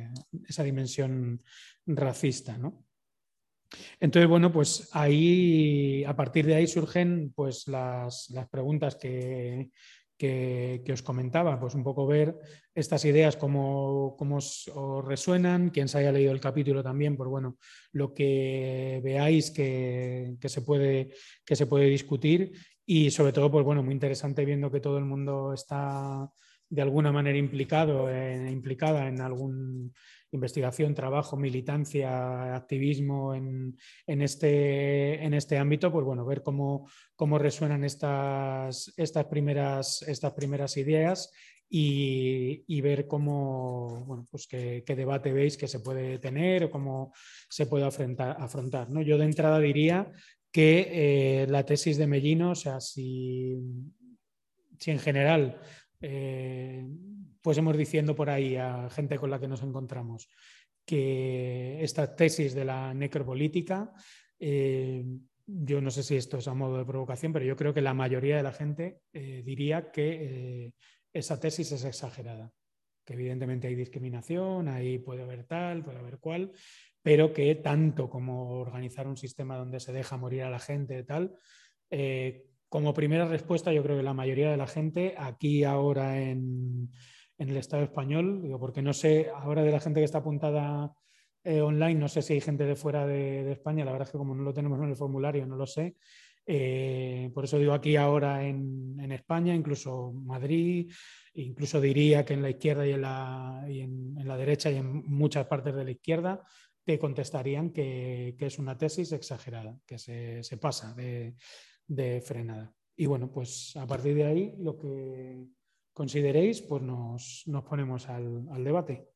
racista, ¿no? Entonces, bueno, pues ahí, a partir de ahí surgen pues las preguntas que os comentaba, pues un poco ver estas ideas cómo os resuenan, quien se haya leído el capítulo también, pues bueno, lo que veáis que se puede discutir, y sobre todo, pues bueno, muy interesante viendo que todo el mundo está de alguna manera implicada en alguna investigación, trabajo, militancia, activismo en este ámbito, pues bueno, ver cómo resuenan estas primeras ideas y ver cómo, bueno, pues qué debate veis que se puede tener o cómo se puede afrontar, ¿no? Yo de entrada diría que la tesis de Mellino, o sea, si en general pues hemos diciendo por ahí a gente con la que nos encontramos que esta tesis de la necropolítica, yo no sé si esto es a modo de provocación, pero yo creo que la mayoría de la gente diría que esa tesis es exagerada, que evidentemente hay discriminación, ahí puede haber tal, puede haber cual, pero que tanto como organizar un sistema donde se deja morir a la gente tal, como primera respuesta, yo creo que la mayoría de la gente aquí ahora en el Estado español, digo, porque no sé, ahora de la gente que está apuntada online, no sé si hay gente de fuera de España, la verdad es que como no lo tenemos en el formulario, no lo sé. Por eso digo aquí ahora en España, incluso Madrid, incluso diría que en la izquierda y en la derecha y en muchas partes de la izquierda te contestarían que es una tesis exagerada, que se pasa de frenada. Y bueno, pues a partir de ahí lo que consideréis, pues nos ponemos al debate.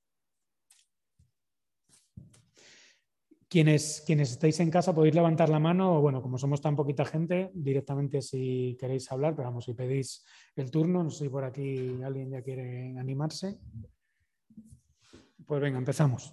Quienes estáis en casa podéis levantar la mano o bueno, como somos tan poquita gente, directamente si queréis hablar, pero vamos, si pedís el turno, no sé si por aquí alguien ya quiere animarse. Pues venga, empezamos.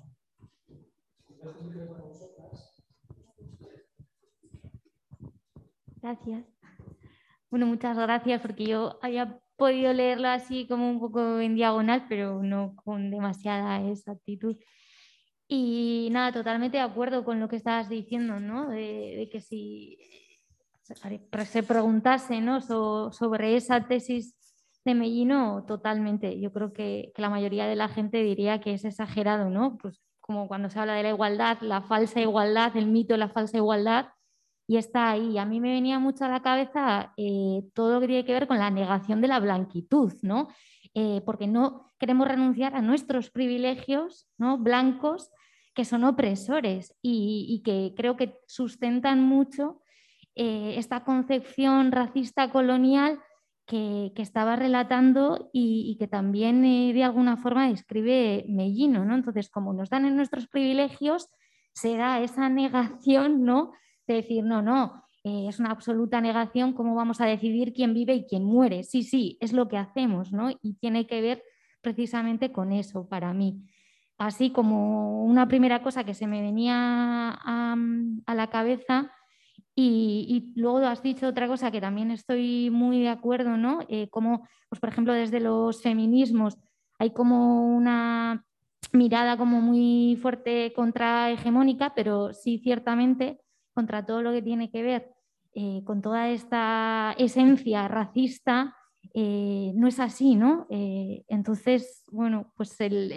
Gracias. Bueno, muchas gracias porque yo había podido leerlo así como un poco en diagonal, pero no con demasiada exactitud. Y nada, totalmente de acuerdo con lo que estabas diciendo, ¿no? De que si se preguntase, ¿no? sobre esa tesis de Mellino, totalmente. Yo creo que la mayoría de la gente diría que es exagerado, ¿no? Pues como cuando se habla de la igualdad, la falsa igualdad, el mito de la falsa igualdad, y está ahí. A mí me venía mucho a la cabeza todo lo que tiene que ver con la negación de la blanquitud, ¿no? Porque no queremos renunciar a nuestros privilegios, ¿no? Blancos, que son opresores y que creo que sustentan mucho esta concepción racista colonial que estaba relatando y que también de alguna forma describe Mellino, ¿no? Entonces, como nos dan en nuestros privilegios, se da esa negación, ¿no? De decir, no, es una absoluta negación, ¿cómo vamos a decidir quién vive y quién muere? Sí, sí, es lo que hacemos, ¿no? Y tiene que ver precisamente con eso para mí. Así como una primera cosa que se me venía a la cabeza y luego has dicho otra cosa que también estoy muy de acuerdo, ¿no? Como, pues por ejemplo, desde los feminismos hay como una mirada como muy fuerte contrahegemónica, pero sí ciertamente contra todo lo que tiene que ver con toda esta esencia racista, no es así, ¿no? Entonces, bueno, pues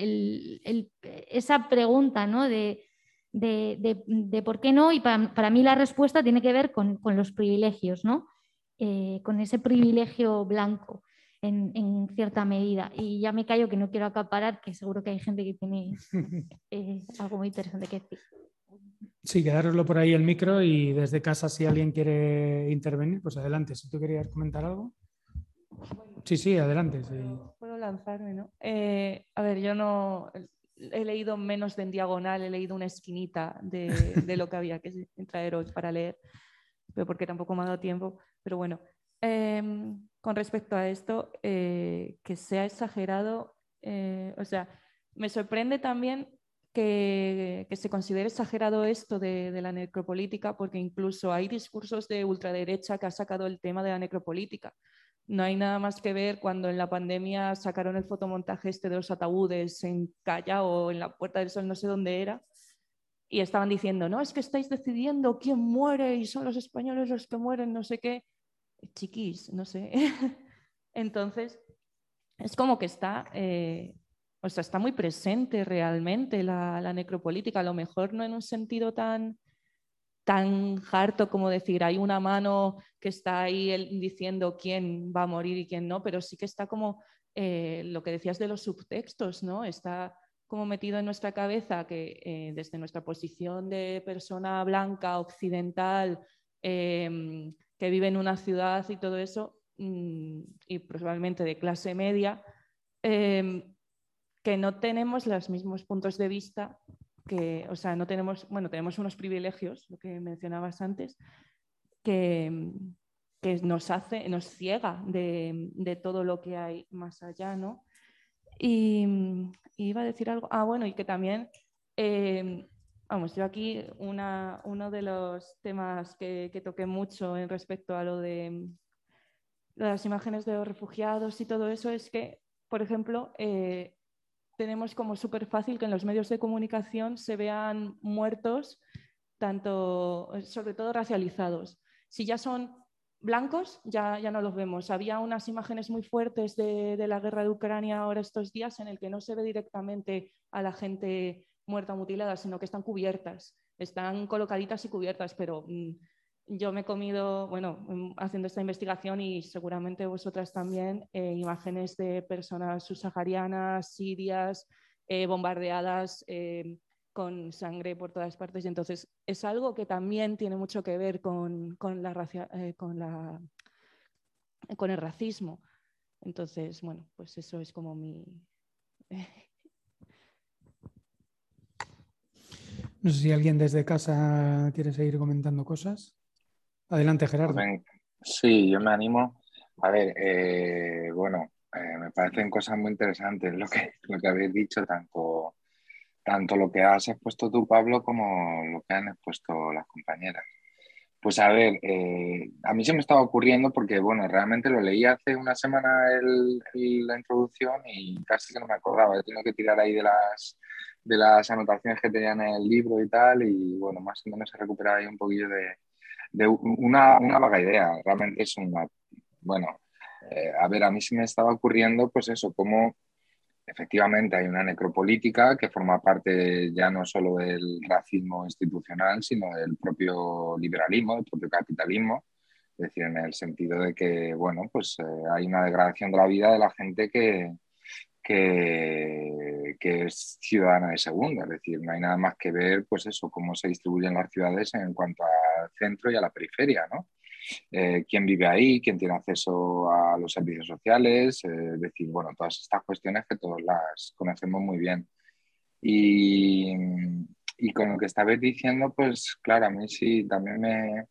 esa pregunta, ¿no? De por qué no, y para mí la respuesta tiene que ver con los privilegios, ¿no? Con ese privilegio blanco en cierta medida. Y ya me callo que no quiero acaparar, que seguro que hay gente que tiene algo muy interesante que decir. Sí, quedároslo por ahí el micro y desde casa si alguien quiere intervenir, pues adelante. Si tú querías comentar algo. Sí, adelante. Sí. Puedo lanzarme, ¿no? A ver, yo no he leído menos de en diagonal, he leído una esquinita de lo que había que traer hoy para leer, pero porque tampoco me ha dado tiempo. Pero bueno, con respecto a esto, que sea exagerado, o sea, me sorprende también que se considere exagerado esto de la necropolítica, porque incluso hay discursos de ultraderecha que ha sacado el tema de la necropolítica. No hay nada más que ver cuando en la pandemia sacaron el fotomontaje este de los ataúdes en Callao o en la Puerta del Sol, no sé dónde era, y estaban diciendo, no, es que estáis decidiendo quién muere y son los españoles los que mueren, no sé qué. Chiquis, no sé. Entonces, es como que está, o sea, está muy presente realmente la necropolítica, a lo mejor no en un sentido tan harto como decir, hay una mano que está ahí diciendo quién va a morir y quién no, pero sí que está como lo que decías de los subtextos, ¿no? Está como metido en nuestra cabeza que desde nuestra posición de persona blanca, occidental, que vive en una ciudad y todo eso, y probablemente de clase media, que no tenemos los mismos puntos de vista que, o sea, no tenemos, bueno, tenemos unos privilegios, lo que mencionabas antes, que nos ciega de todo lo que hay más allá, ¿no? Y iba a decir algo, bueno, y que también, vamos, yo aquí uno de los temas que toqué mucho en respecto a lo de las imágenes de los refugiados y todo eso es que, por ejemplo, tenemos como súper fácil que en los medios de comunicación se vean muertos, tanto, sobre todo racializados. Si ya son blancos ya no los vemos. Había unas imágenes muy fuertes de la guerra de Ucrania ahora estos días en el que no se ve directamente a la gente muerta o mutilada, sino que están cubiertas, están colocaditas y cubiertas, pero yo me he comido, bueno, haciendo esta investigación y seguramente vosotras también, imágenes de personas subsaharianas, sirias, bombardeadas, con sangre por todas partes. Y entonces es algo que también tiene mucho que ver con el racismo. Entonces, bueno, pues eso es como mi... No sé si alguien desde casa quiere seguir comentando cosas. Adelante, Gerardo. Sí, yo me animo. A ver, bueno, me parecen cosas muy interesantes lo que habéis dicho, tanto lo que has expuesto tú, Pablo, como lo que han expuesto las compañeras. Pues a ver, a mí se me estaba ocurriendo porque, bueno, realmente lo leí hace una semana la introducción y casi que no me acordaba. He tenido que tirar ahí de las anotaciones que tenía en el libro y tal, y bueno, más o menos he recuperado ahí un poquillo de una vaga idea. Realmente es una... Bueno, a ver, a mí se me estaba ocurriendo, pues eso, cómo efectivamente hay una necropolítica que forma parte ya no solo del racismo institucional, sino del propio liberalismo, del propio capitalismo. Es decir, en el sentido de que, bueno, pues hay una degradación de la vida de la gente que es ciudadana de segunda. Es decir, no hay nada más que ver, pues eso, cómo se distribuyen las ciudades en cuanto al centro y a la periferia, ¿no? Quién vive ahí, quién tiene acceso a los servicios sociales, es decir, bueno, todas estas cuestiones que todos las conocemos muy bien. Y, y con lo que estabais diciendo, pues claro, a mí sí, también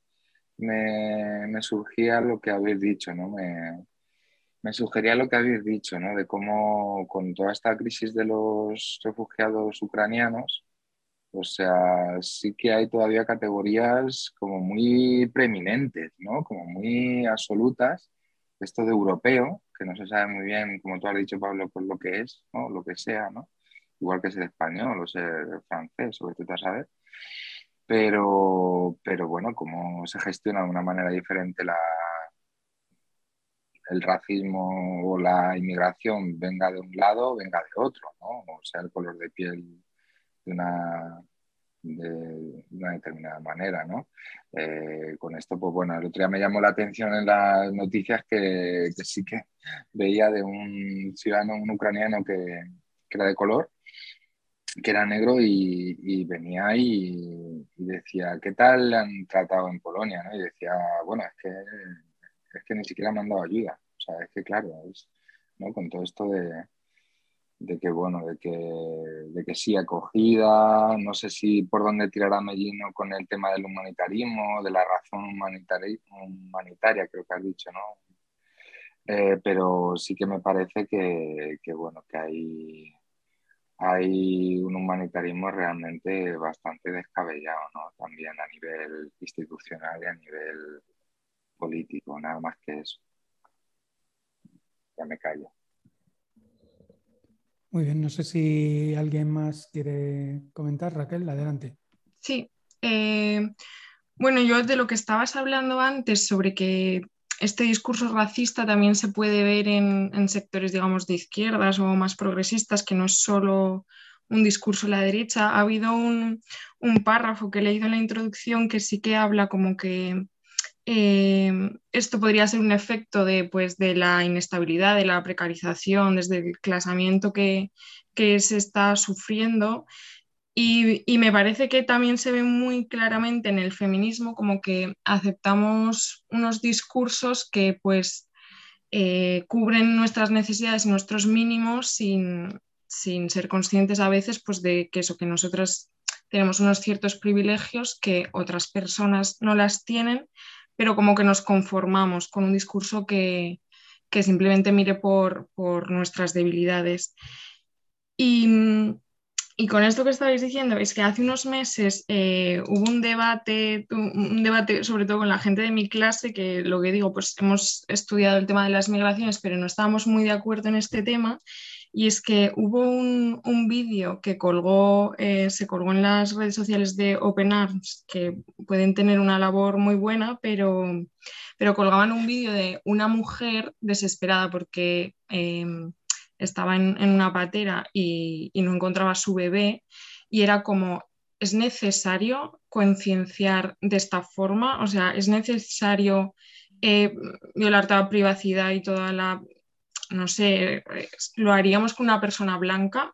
me surgía lo que habéis dicho, ¿no? Me sugería lo que habéis dicho, ¿no? De cómo con toda esta crisis de los refugiados ucranianos, o sea, sí que hay todavía categorías como muy preeminentes, ¿no? Como muy absolutas. Esto de europeo, que no se sabe muy bien, como tú has dicho, Pablo, pues lo que es, ¿no? Lo que sea, ¿no? Igual que ser español o ser francés o que tú a saber. Pero bueno, cómo se gestiona de una manera diferente el racismo o la inmigración, venga de un lado o venga de otro, ¿no? O sea, el color de piel de una determinada manera, ¿no? Con esto, pues bueno, el otro día me llamó la atención en las noticias que sí que veía de un ciudadano, un ucraniano que era de color, que era negro y venía y decía, ¿qué tal le han tratado en Polonia? ¿No? Y decía, bueno, es que ni siquiera me han dado ayuda. O sea, es que claro, ¿no? Con todo esto de que bueno, de que sí, acogida, no sé si por dónde tirará Mellino con el tema del humanitarismo, de la razón humanitaria, creo que has dicho, ¿no? Pero sí que me parece que bueno, que hay un humanitarismo realmente bastante descabellado, ¿no? También a nivel institucional y a nivel político, nada más que eso. Ya me callo. Muy bien, no sé si alguien más quiere comentar. Raquel, adelante. Sí. Bueno, yo de lo que estabas hablando antes sobre que este discurso racista también se puede ver en sectores, digamos, de izquierdas o más progresistas, que no es solo un discurso de la derecha. Ha habido un párrafo que he leído en la introducción que sí que habla como que esto podría ser un efecto pues, de la inestabilidad, de la precarización, desde el clasamiento que se está sufriendo. Y me parece que también se ve muy claramente en el feminismo como que aceptamos unos discursos que pues cubren nuestras necesidades y nuestros mínimos sin ser conscientes a veces pues de que eso, que nosotras tenemos unos ciertos privilegios que otras personas no las tienen, pero como que nos conformamos con un discurso que simplemente mire por nuestras debilidades. Y Y con esto que estabais diciendo, es que hace unos meses hubo un debate sobre todo con la gente de mi clase, que lo que digo, pues hemos estudiado el tema de las migraciones, pero no estábamos muy de acuerdo en este tema. Y es que hubo un vídeo que se colgó en las redes sociales de Open Arms, que pueden tener una labor muy buena, pero colgaban un vídeo de una mujer desesperada porque estaba en una patera y no encontraba a su bebé, y era como, es necesario concienciar de esta forma, o sea, es necesario eh, violar toda la privacidad y toda la, no sé, lo haríamos con una persona blanca.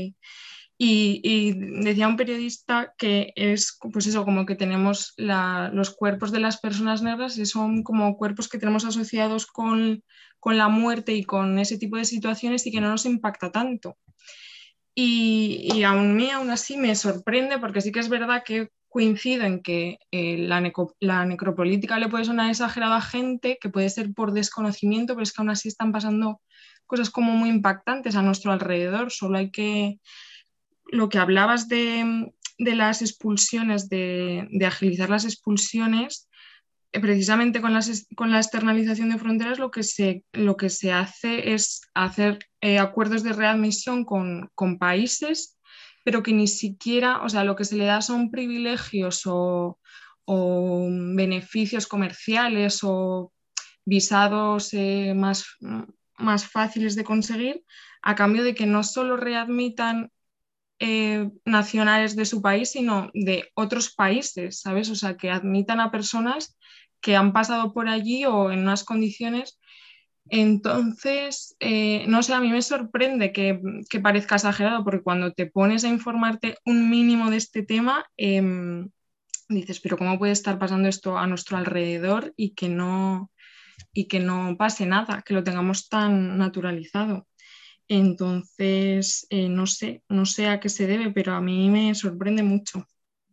Y decía un periodista que es, pues eso, como que tenemos los cuerpos de las personas negras y son como cuerpos que tenemos asociados con la muerte y con ese tipo de situaciones y que no nos impacta tanto. Y a mí aún así me sorprende porque sí que es verdad que coincido en que la necropolítica le puede sonar exagerada a gente, que puede ser por desconocimiento, pero es que aún así están pasando cosas como muy impactantes a nuestro alrededor. Solo hay que lo que hablabas de las expulsiones, de agilizar las expulsiones, precisamente con la externalización de fronteras lo que se hace es hacer acuerdos de readmisión con países, pero que ni siquiera, o sea, lo que se le da son privilegios o beneficios comerciales o visados más fáciles de conseguir, a cambio de que no solo readmitan nacionales de su país, sino de otros países, ¿sabes? O sea, que admitan a personas que han pasado por allí o en unas condiciones. Entonces, no sé, a mí me sorprende que parezca exagerado, porque cuando te pones a informarte un mínimo de este tema, dices, pero ¿cómo puede estar pasando esto a nuestro alrededor y que no pase nada, que lo tengamos tan naturalizado? Entonces, no sé a qué se debe, pero a mí me sorprende mucho.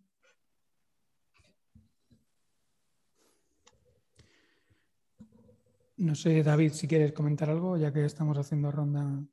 No sé, David, si quieres comentar algo, ya que estamos haciendo ronda.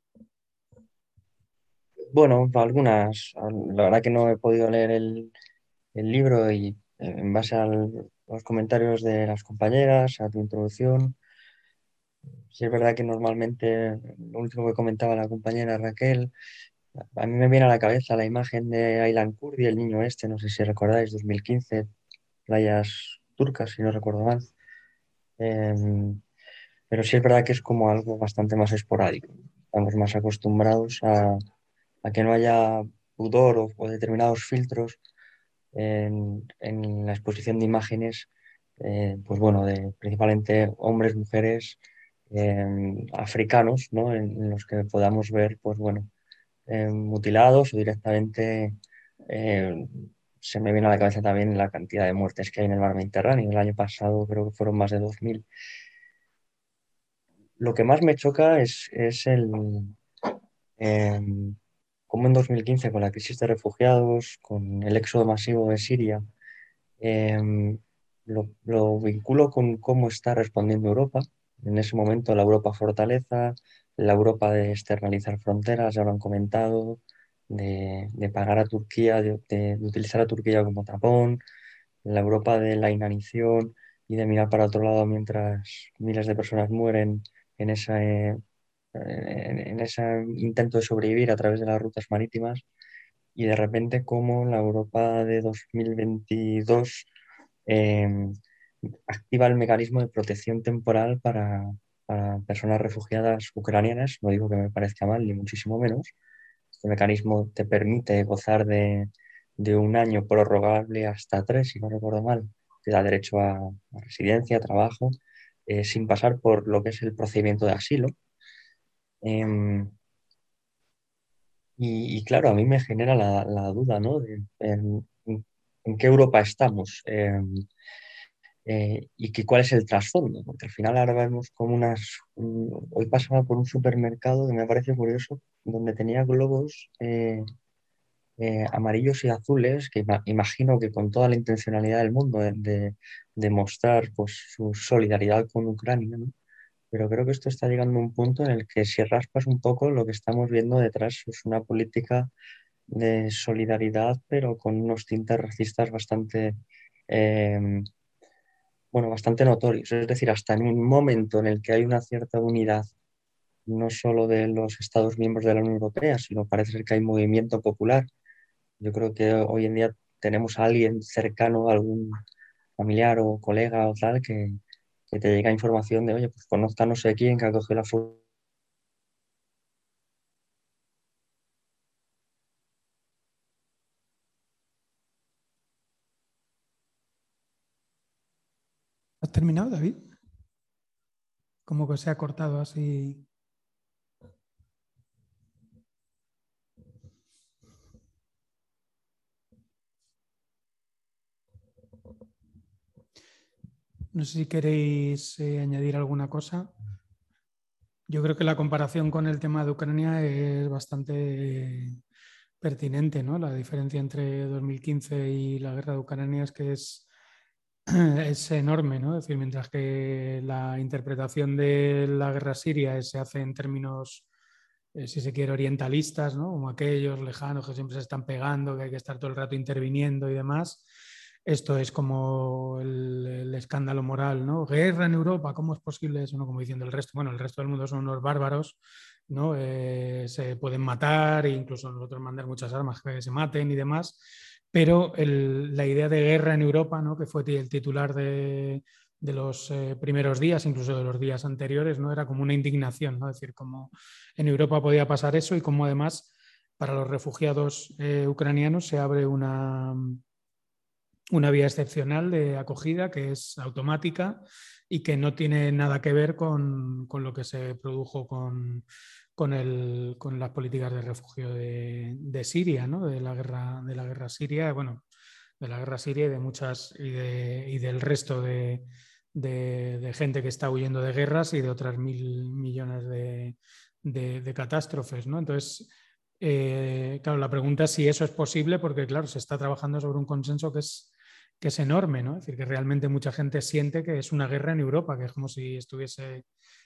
Bueno, algunas. La verdad que no he podido leer el libro y en base a los comentarios de las compañeras, a tu introducción, sí es verdad que normalmente lo último que comentaba la compañera Raquel, a mí me viene a la cabeza la imagen de Aylan Kurdi, el niño este, no sé si recordáis, 2015, playas turcas, si no recuerdo mal. Em, pero sí es verdad que es como algo bastante más esporádico. Estamos más acostumbrados a que no haya pudor o determinados filtros en la exposición de imágenes, pues bueno, de principalmente hombres, mujeres, africanos, ¿no? En los que podamos ver, pues bueno, mutilados o directamente. eh, Se me viene a la cabeza también la cantidad de muertes que hay en el mar Mediterráneo. El año pasado creo que fueron más de 2000. Lo que más me choca es em, cómo en 2015, con la crisis de refugiados, con el éxodo masivo de Siria, em, lo vinculo con cómo está respondiendo Europa. En ese momento, la Europa fortaleza, la Europa de externalizar fronteras, ya lo han comentado, de pagar a Turquía, de utilizar a Turquía como tapón, la Europa de la inanición y de mirar para otro lado mientras miles de personas mueren en en ese intento de sobrevivir a través de las rutas marítimas, y de repente como la Europa de 2022 eh, activa el mecanismo de protección temporal para personas refugiadas ucranianas. No digo que me parezca mal, ni muchísimo menos. Este mecanismo te permite gozar de un año prorrogable hasta tres, si no recuerdo mal. Te da derecho a residencia, a trabajo, sin pasar por lo que es el procedimiento de asilo. Em, y claro, a mí me genera la duda, ¿no? En qué Europa estamos, y cuál es el trasfondo, porque al final ahora vemos como hoy pasaba por un supermercado que me parece curioso, donde tenía globos amarillos y azules, que imagino que con toda la intencionalidad del mundo de mostrar pues, su solidaridad con Ucrania, ¿no? Pero creo que esto está llegando a un punto en el que si raspas un poco, lo que estamos viendo detrás es una política de solidaridad, pero con unos tintes racistas bastante, eh, bueno, bastante notorios. Es decir, hasta en un momento en el que hay una cierta unidad, no solo de los Estados miembros de la Unión Europea, sino parece ser que hay movimiento popular. Yo creo que hoy en día tenemos a alguien cercano, algún familiar o colega o tal, que te llega información de, oye, pues conozca a no sé quién que ha cogido la foto. ¿Has terminado, David? Como que se ha cortado así. No sé si queréis añadir alguna cosa. Yo creo que la comparación con el tema de Ucrania es bastante pertinente, ¿no? La diferencia entre 2015 y la guerra de Ucrania es que es enorme, ¿no? Es decir, mientras que la interpretación de la guerra siria se hace en términos, si se quiere, orientalistas, ¿no? Como aquellos lejanos que siempre se están pegando, que hay que estar todo el rato interviniendo y demás. Esto es como el escándalo moral, ¿no? Guerra en Europa, ¿cómo es posible eso? ¿No? Como diciendo el resto, bueno, el resto del mundo son unos bárbaros, ¿no? Se pueden matar e incluso nosotros mandar muchas armas que se maten y demás, pero la idea de guerra en Europa, ¿no? Que fue el titular de los primeros días, incluso de los días anteriores, ¿no? Era como una indignación, ¿no? Es decir, como en Europa podía pasar eso y como además para los refugiados ucranianos se abre una vía excepcional de acogida que es automática y que no tiene nada que ver con lo que se produjo con las políticas de refugio de Siria, ¿no? De la guerra siria, bueno, de la guerra siria y de muchas y del resto de gente que está huyendo de guerras y de otras 1.000 millones de catástrofes, ¿no? Entonces, claro, la pregunta es si eso es posible, porque claro, se está trabajando sobre un consenso que es enorme, ¿no? Es decir, que realmente mucha gente siente que es una guerra en Europa, que es como si estuviese,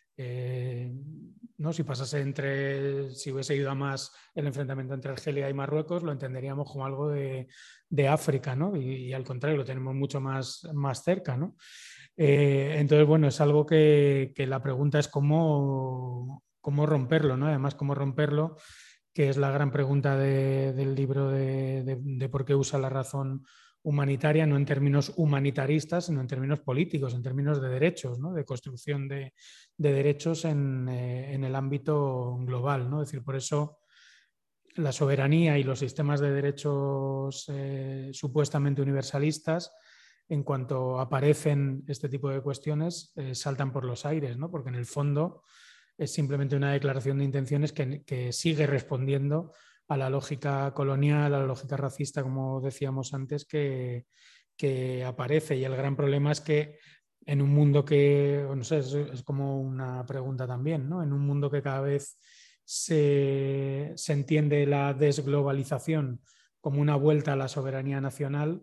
¿no? Si pasase si hubiese ido a más el enfrentamiento entre Argelia y Marruecos, lo entenderíamos como algo de África, ¿no? Y al contrario, lo tenemos mucho más cerca, ¿no? Entonces, bueno, es algo que la pregunta es cómo romperlo, ¿no? Además, cómo romperlo, que es la gran pregunta del libro de por qué usa la razón humanitaria, no en términos humanitaristas, sino en términos políticos, en términos de derechos, ¿no? De construcción de derechos en el ámbito global, ¿no? Es decir, por eso la soberanía y los sistemas de derechos supuestamente universalistas, en cuanto aparecen este tipo de cuestiones, saltan por los aires, ¿no? Porque en el fondo es simplemente una declaración de intenciones que sigue respondiendo a la lógica colonial, a la lógica racista, como decíamos antes, que aparece. Y el gran problema es que en un mundo que, no sé, es como una pregunta también, ¿no? En un mundo que cada vez se entiende la desglobalización como una vuelta a la soberanía nacional,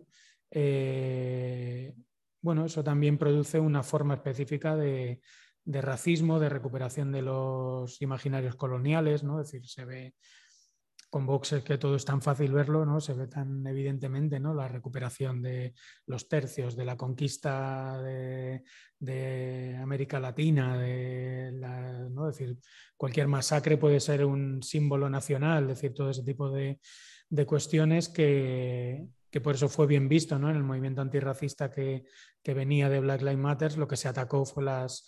bueno, eso también produce una forma específica de racismo, de recuperación de los imaginarios coloniales, ¿no? Es decir, se ve con Vox es que todo es tan fácil verlo, ¿no? Se ve tan evidentemente, ¿no? La recuperación de los tercios, de la conquista de América Latina, ¿no? Es decir, cualquier masacre puede ser un símbolo nacional, es decir, todo ese tipo de cuestiones que por eso fue bien visto, ¿no? En el movimiento antirracista que venía de Black Lives Matter, lo que se atacó fue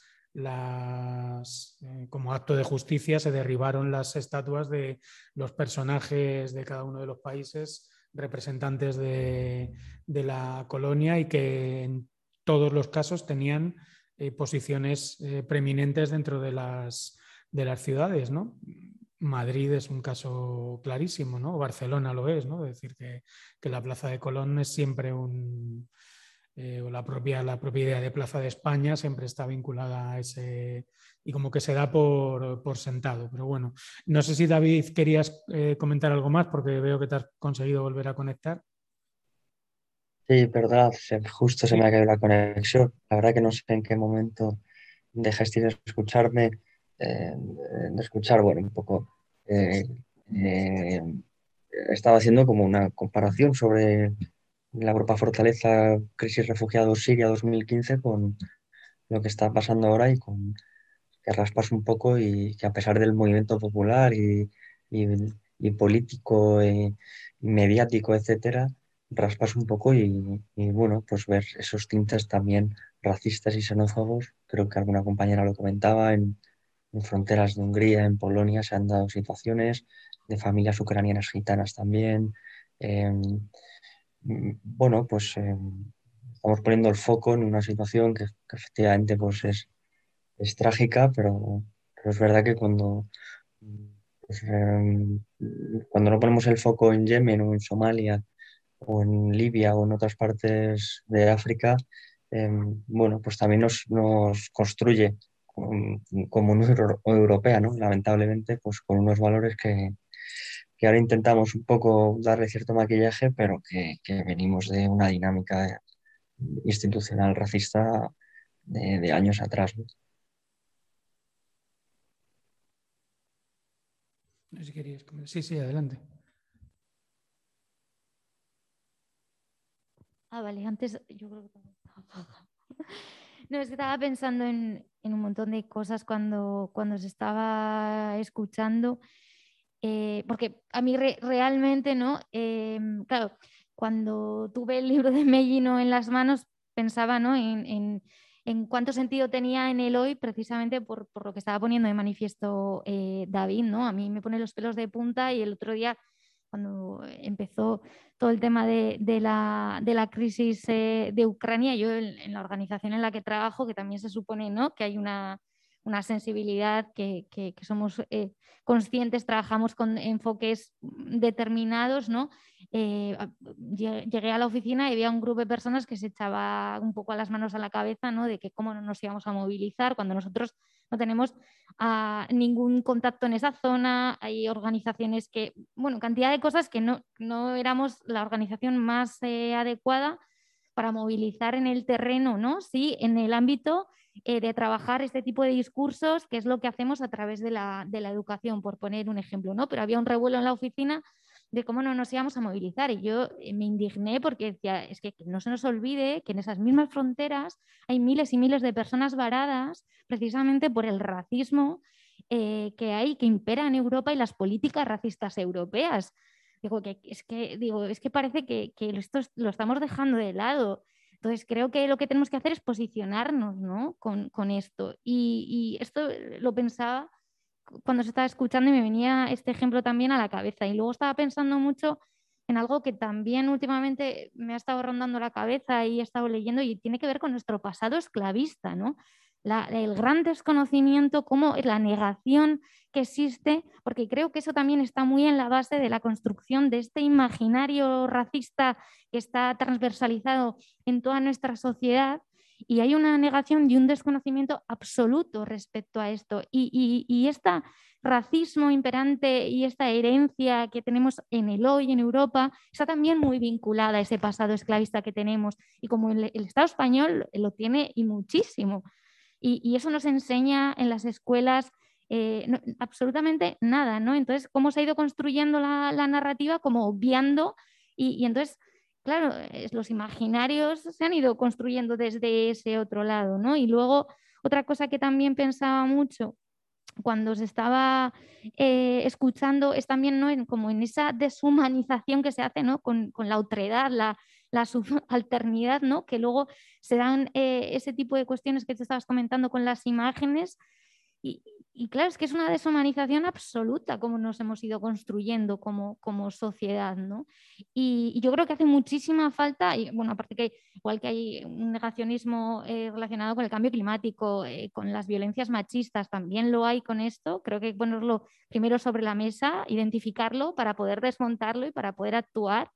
como acto de justicia se derribaron las estatuas de los personajes de cada uno de los países representantes de la colonia y que en todos los casos tenían posiciones preeminentes dentro de las ciudades, ¿no? Madrid es un caso clarísimo, ¿no? Barcelona lo es, ¿no? Es decir, que la Plaza de Colón es siempre o la propia idea de Plaza de España siempre está vinculada a ese, y como que se da por sentado. Pero bueno, no sé si David querías comentar algo más porque veo que te has conseguido volver a conectar. Sí, verdad, justo se Sí. me ha caído la conexión. La verdad que no sé en qué momento dejasteis de escucharme, de escuchar, bueno, un poco eh, eh, estaba haciendo como una comparación sobre la Europa Fortaleza, Crisis Refugiados Siria 2015 con lo que está pasando ahora y con que raspas un poco y que a pesar del movimiento popular y, y político y mediático, etcétera, raspas un poco y, bueno, pues ver esos tintes también racistas y xenófobos. Creo que alguna compañera lo comentaba en fronteras de Hungría, en Polonia se han dado situaciones de familias ucranianas gitanas también. Bueno, pues estamos poniendo el foco en una situación que efectivamente pues es trágica, pero es verdad que pues, cuando no ponemos el foco en Yemen o en Somalia o en Libia o en otras partes de África, bueno, pues también nos construye como una europea, ¿no? Lamentablemente, pues con unos valores que ahora intentamos un poco darle cierto maquillaje, pero que venimos de una dinámica institucional racista de años atrás, ¿no? No sé si querías comentar. Sí, sí, adelante. Vale, antes yo creo que también estaba. No, es que estaba pensando en un montón de cosas cuando se estaba escuchando, porque a mí realmente, ¿no? Claro, cuando tuve el libro de Mellino en las manos, pensaba, ¿no? En cuánto sentido tenía en el hoy, precisamente por lo que estaba poniendo de manifiesto David, ¿no? A mí me pone los pelos de punta y el otro día, cuando empezó todo el tema de la crisis de Ucrania, yo en la organización en la que trabajo, que también se supone, ¿no? Que hay una sensibilidad, que somos conscientes, trabajamos con enfoques determinados, ¿no? Llegué a la oficina y había un grupo de personas que se echaba un poco las manos a la cabeza, ¿no? De que cómo no nos íbamos a movilizar cuando nosotros no tenemos ningún contacto en esa zona. Hay organizaciones que, bueno, cantidad de cosas que no éramos la organización más adecuada para movilizar en el terreno, ¿no? Sí, en el ámbito de trabajar este tipo de discursos, que es lo que hacemos a través de la educación, por poner un ejemplo, ¿no? Pero había un revuelo en la oficina de cómo no nos íbamos a movilizar y yo me indigné porque decía, es que no se nos olvide que en esas mismas fronteras hay miles y miles de personas varadas precisamente por el racismo que impera en Europa y las políticas racistas europeas. Es que parece que esto lo estamos dejando de lado. Entonces creo que lo que tenemos que hacer es posicionarnos, ¿no? con esto. Y esto lo pensaba cuando se estaba escuchando y me venía este ejemplo también a la cabeza. Y luego estaba pensando mucho en algo que también últimamente me ha estado rondando la cabeza y he estado leyendo y tiene que ver con nuestro pasado esclavista, ¿no? El gran desconocimiento, cómo la negación que existe, porque creo que eso también está muy en la base de la construcción de este imaginario racista que está transversalizado en toda nuestra sociedad. Y hay una negación y un desconocimiento absoluto respecto a esto. Y este racismo imperante y esta herencia que tenemos en el hoy, en Europa, está también muy vinculada a ese pasado esclavista que tenemos. Y como el Estado español lo tiene y muchísimo. Y eso nos enseña en las escuelas absolutamente nada, ¿no? Entonces, ¿cómo se ha ido construyendo la narrativa? Como obviando y entonces claro, los imaginarios se han ido construyendo desde ese otro lado, ¿no? Y luego otra cosa que también pensaba mucho cuando se estaba escuchando es también, ¿no? Como en esa deshumanización que se hace, ¿no? Con la otredad, la subalternidad, ¿no? Que luego se dan ese tipo de cuestiones que te estabas comentando con las imágenes. Y, y claro, es que es una deshumanización absoluta como nos hemos ido construyendo como sociedad, ¿no? Y yo creo que hace muchísima falta, y bueno, aparte que igual que hay un negacionismo relacionado con el cambio climático, con las violencias machistas, también lo hay con esto, creo que hay que ponerlo primero sobre la mesa, identificarlo para poder desmontarlo y para poder actuar.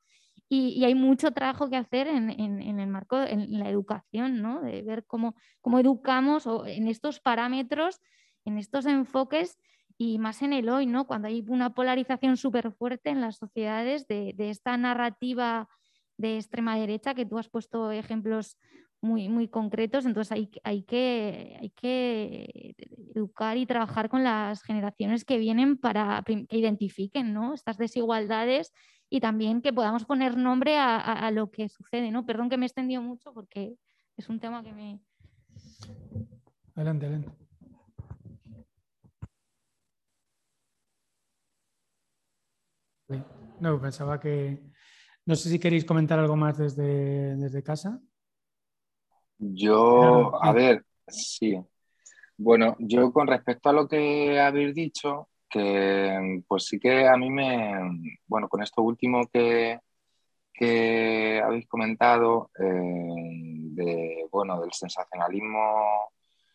Y hay mucho trabajo que hacer en el marco, en la educación, ¿no? De ver cómo educamos o en estos parámetros, en estos enfoques y más en el hoy, ¿no? Cuando hay una polarización súper fuerte en las sociedades de esta narrativa de extrema derecha, que tú has puesto ejemplos muy concretos, entonces hay que educar y trabajar con las generaciones que vienen para que identifiquen, ¿no?, estas desigualdades y también que podamos poner nombre a lo que sucede, ¿no? Perdón que me he extendido mucho porque es un tema que me... Adelante, adelante. No, pensaba que... No sé si queréis comentar algo más desde casa. Yo, Gerardo, a sí. ver, sí. Bueno, yo con respecto a lo que habéis dicho, que pues sí que a mí bueno, con esto último que habéis comentado, bueno, del sensacionalismo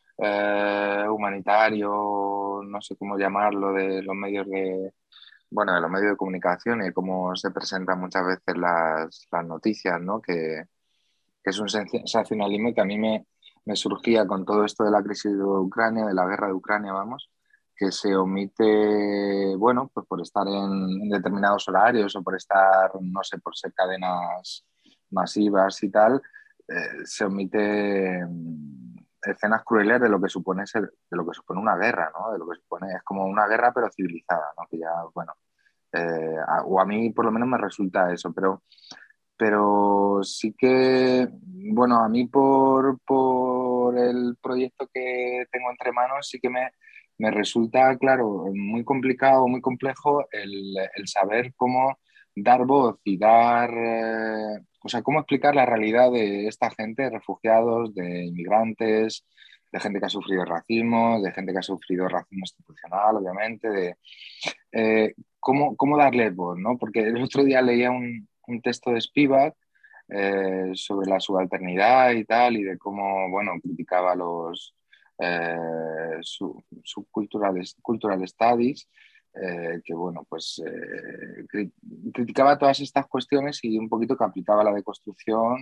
humanitario, no sé cómo llamarlo, de los medios bueno, de los medios de comunicación y cómo se presentan muchas veces las noticias, ¿no? Que es un sensacionalismo que a mí me surgía con todo esto de la crisis de Ucrania, de la guerra de Ucrania, vamos, que se omite, bueno, pues por estar en determinados horarios o por estar, no sé, por ser cadenas masivas y tal, se omite escenas crueles de lo que supone de lo que supone una guerra, ¿no? De lo que supone, es como una guerra pero civilizada, ¿no? Que ya, bueno, o a mí por lo menos me resulta eso, pero sí que, bueno, a mí por el proyecto que tengo entre manos, sí que me resulta, claro, muy complicado, muy complejo el saber cómo dar voz y o sea, cómo explicar la realidad de esta gente, de refugiados, de inmigrantes, de gente que ha sufrido racismo, de gente que ha sufrido racismo institucional, obviamente, cómo darles voz, ¿no? Porque el otro día leía un texto de Spivak sobre la subalternidad y tal, y de cómo, bueno, criticaba los cultural studies, que, bueno, pues criticaba todas estas cuestiones y un poquito que aplicaba la deconstrucción.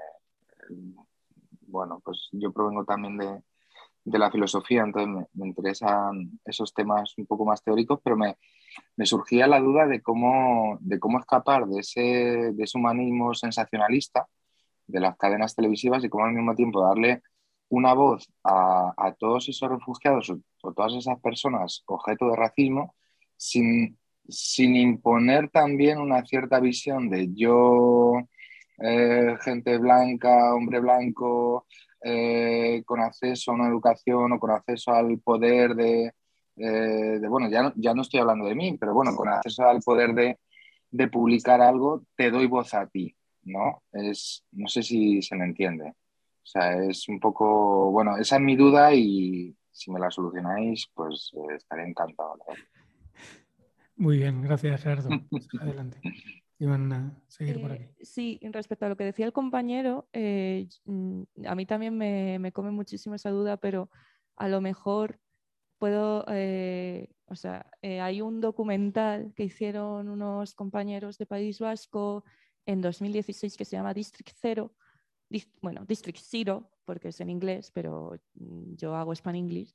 Bueno, pues yo provengo también de la filosofía, entonces me interesan esos temas un poco más teóricos, pero me surgía la duda de cómo escapar de ese humanismo sensacionalista de las cadenas televisivas y cómo al mismo tiempo darle una voz a todos esos refugiados o todas esas personas objeto de racismo sin imponer también una cierta visión de yo, gente blanca, hombre blanco, con acceso a una educación o con acceso al poder bueno, ya no estoy hablando de mí, pero bueno, con acceso al poder de publicar algo, te doy voz a ti, ¿no? No sé si se me entiende. O sea, es un poco, bueno, esa es mi duda y si me la solucionáis, pues estaré encantado, la verdad. Muy bien, gracias, Gerardo. Adelante. Iban a seguir por aquí. Sí, respecto a lo que decía el compañero, a mí también me come muchísimo esa duda, pero a lo mejor puedo, o sea, hay un documental que hicieron unos compañeros de País Vasco en 2016 que se llama District Zero, bueno, District Zero, porque es en inglés, pero yo hago Span-English.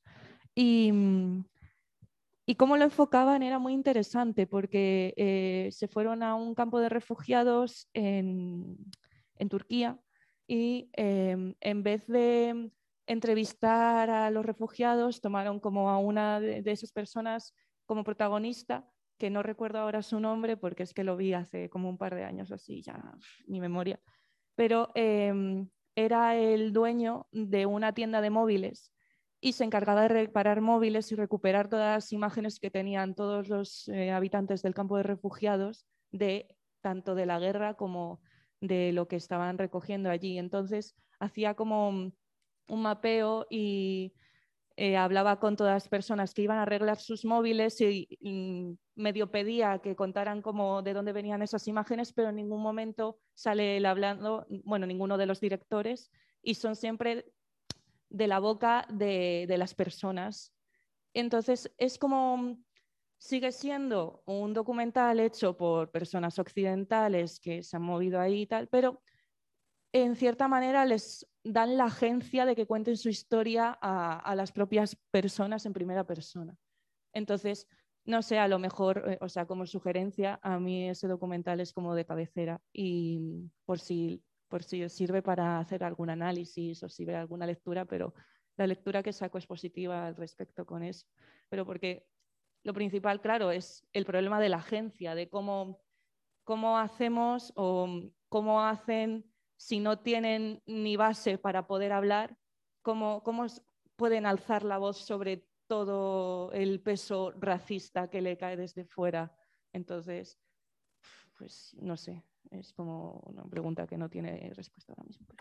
Y cómo lo enfocaban era muy interesante porque se fueron a un campo de refugiados en Turquía y en vez de entrevistar a los refugiados, tomaron como a una de esas personas como protagonista, que no recuerdo ahora su nombre porque es que lo vi hace como un par de años así, ya mi memoria, pero era el dueño de una tienda de móviles y se encargaba de reparar móviles y recuperar todas las imágenes que tenían todos los habitantes del campo de refugiados, tanto de la guerra como de lo que estaban recogiendo allí. Entonces hacía como un mapeo y hablaba con todas las personas que iban a arreglar sus móviles y medio pedía que contaran como de dónde venían esas imágenes, pero en ningún momento sale él hablando, bueno, ninguno de los directores, y son siempre de la boca de las personas. Entonces es como, sigue siendo un documental hecho por personas occidentales que se han movido ahí y tal, pero en cierta manera les dan la agencia de que cuenten su historia a las propias personas en primera persona. Entonces, no sé, a lo mejor, como sugerencia, a mí ese documental es como de cabecera y por si por si os sirve para hacer algún análisis o si ve alguna lectura, pero la lectura que saco es positiva al respecto con eso. Pero porque lo principal, claro, es el problema de la agencia, de cómo hacemos o cómo hacen si no tienen ni base para poder hablar, cómo pueden alzar la voz sobre todo el peso racista que le cae desde fuera. Entonces, pues no sé, es como una pregunta que no tiene respuesta ahora mismo.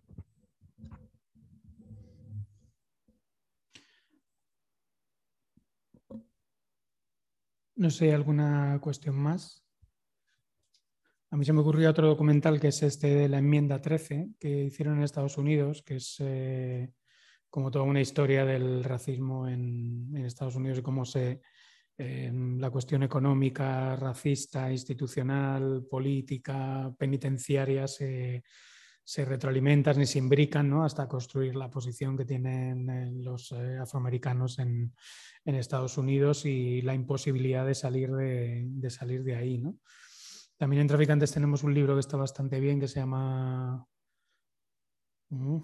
No sé, ¿alguna cuestión más? A mí se me ocurrió otro documental que es este de la enmienda 13 que hicieron en Estados Unidos, que es como toda una historia del racismo en Estados Unidos y cómo la cuestión económica, racista, institucional, política, penitenciaria se retroalimentan y se imbrican, ¿no? Hasta construir la posición que tienen los afroamericanos en Estados Unidos y la imposibilidad de salir de ahí, ¿no? También en Traficantes tenemos un libro que está bastante bien que se llama Un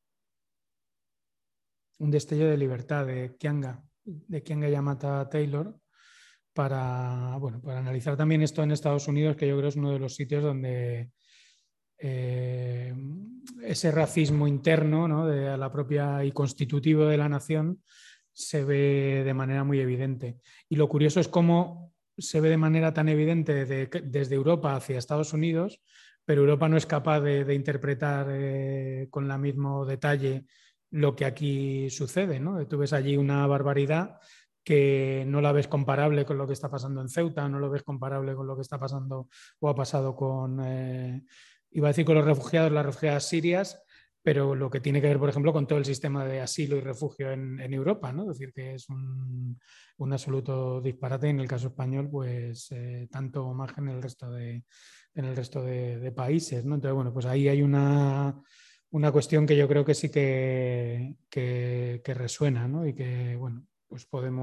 destello de libertad de Kianga Yamata Taylor para analizar también esto en Estados Unidos, que yo creo es uno de los sitios donde ese racismo interno, ¿no? a la propia y constitutivo de la nación se ve de manera muy evidente. Y lo curioso es cómo se ve de manera tan evidente desde Europa hacia Estados Unidos, pero Europa no es capaz de interpretar con el mismo detalle lo que aquí sucede, ¿no? Tú ves allí una barbaridad que no la ves comparable con lo que está pasando en Ceuta, no lo ves comparable con lo que está pasando o ha pasado con, iba a decir con los refugiados, las refugiadas sirias, pero lo que tiene que ver, por ejemplo, con todo el sistema de asilo y refugio en Europa, ¿no? Es decir, que es un absoluto disparate. En el caso español, pues tanto más que en el resto de países, ¿no? Entonces, bueno, pues ahí hay una cuestión que yo creo que sí que resuena, ¿no? Y que, bueno, pues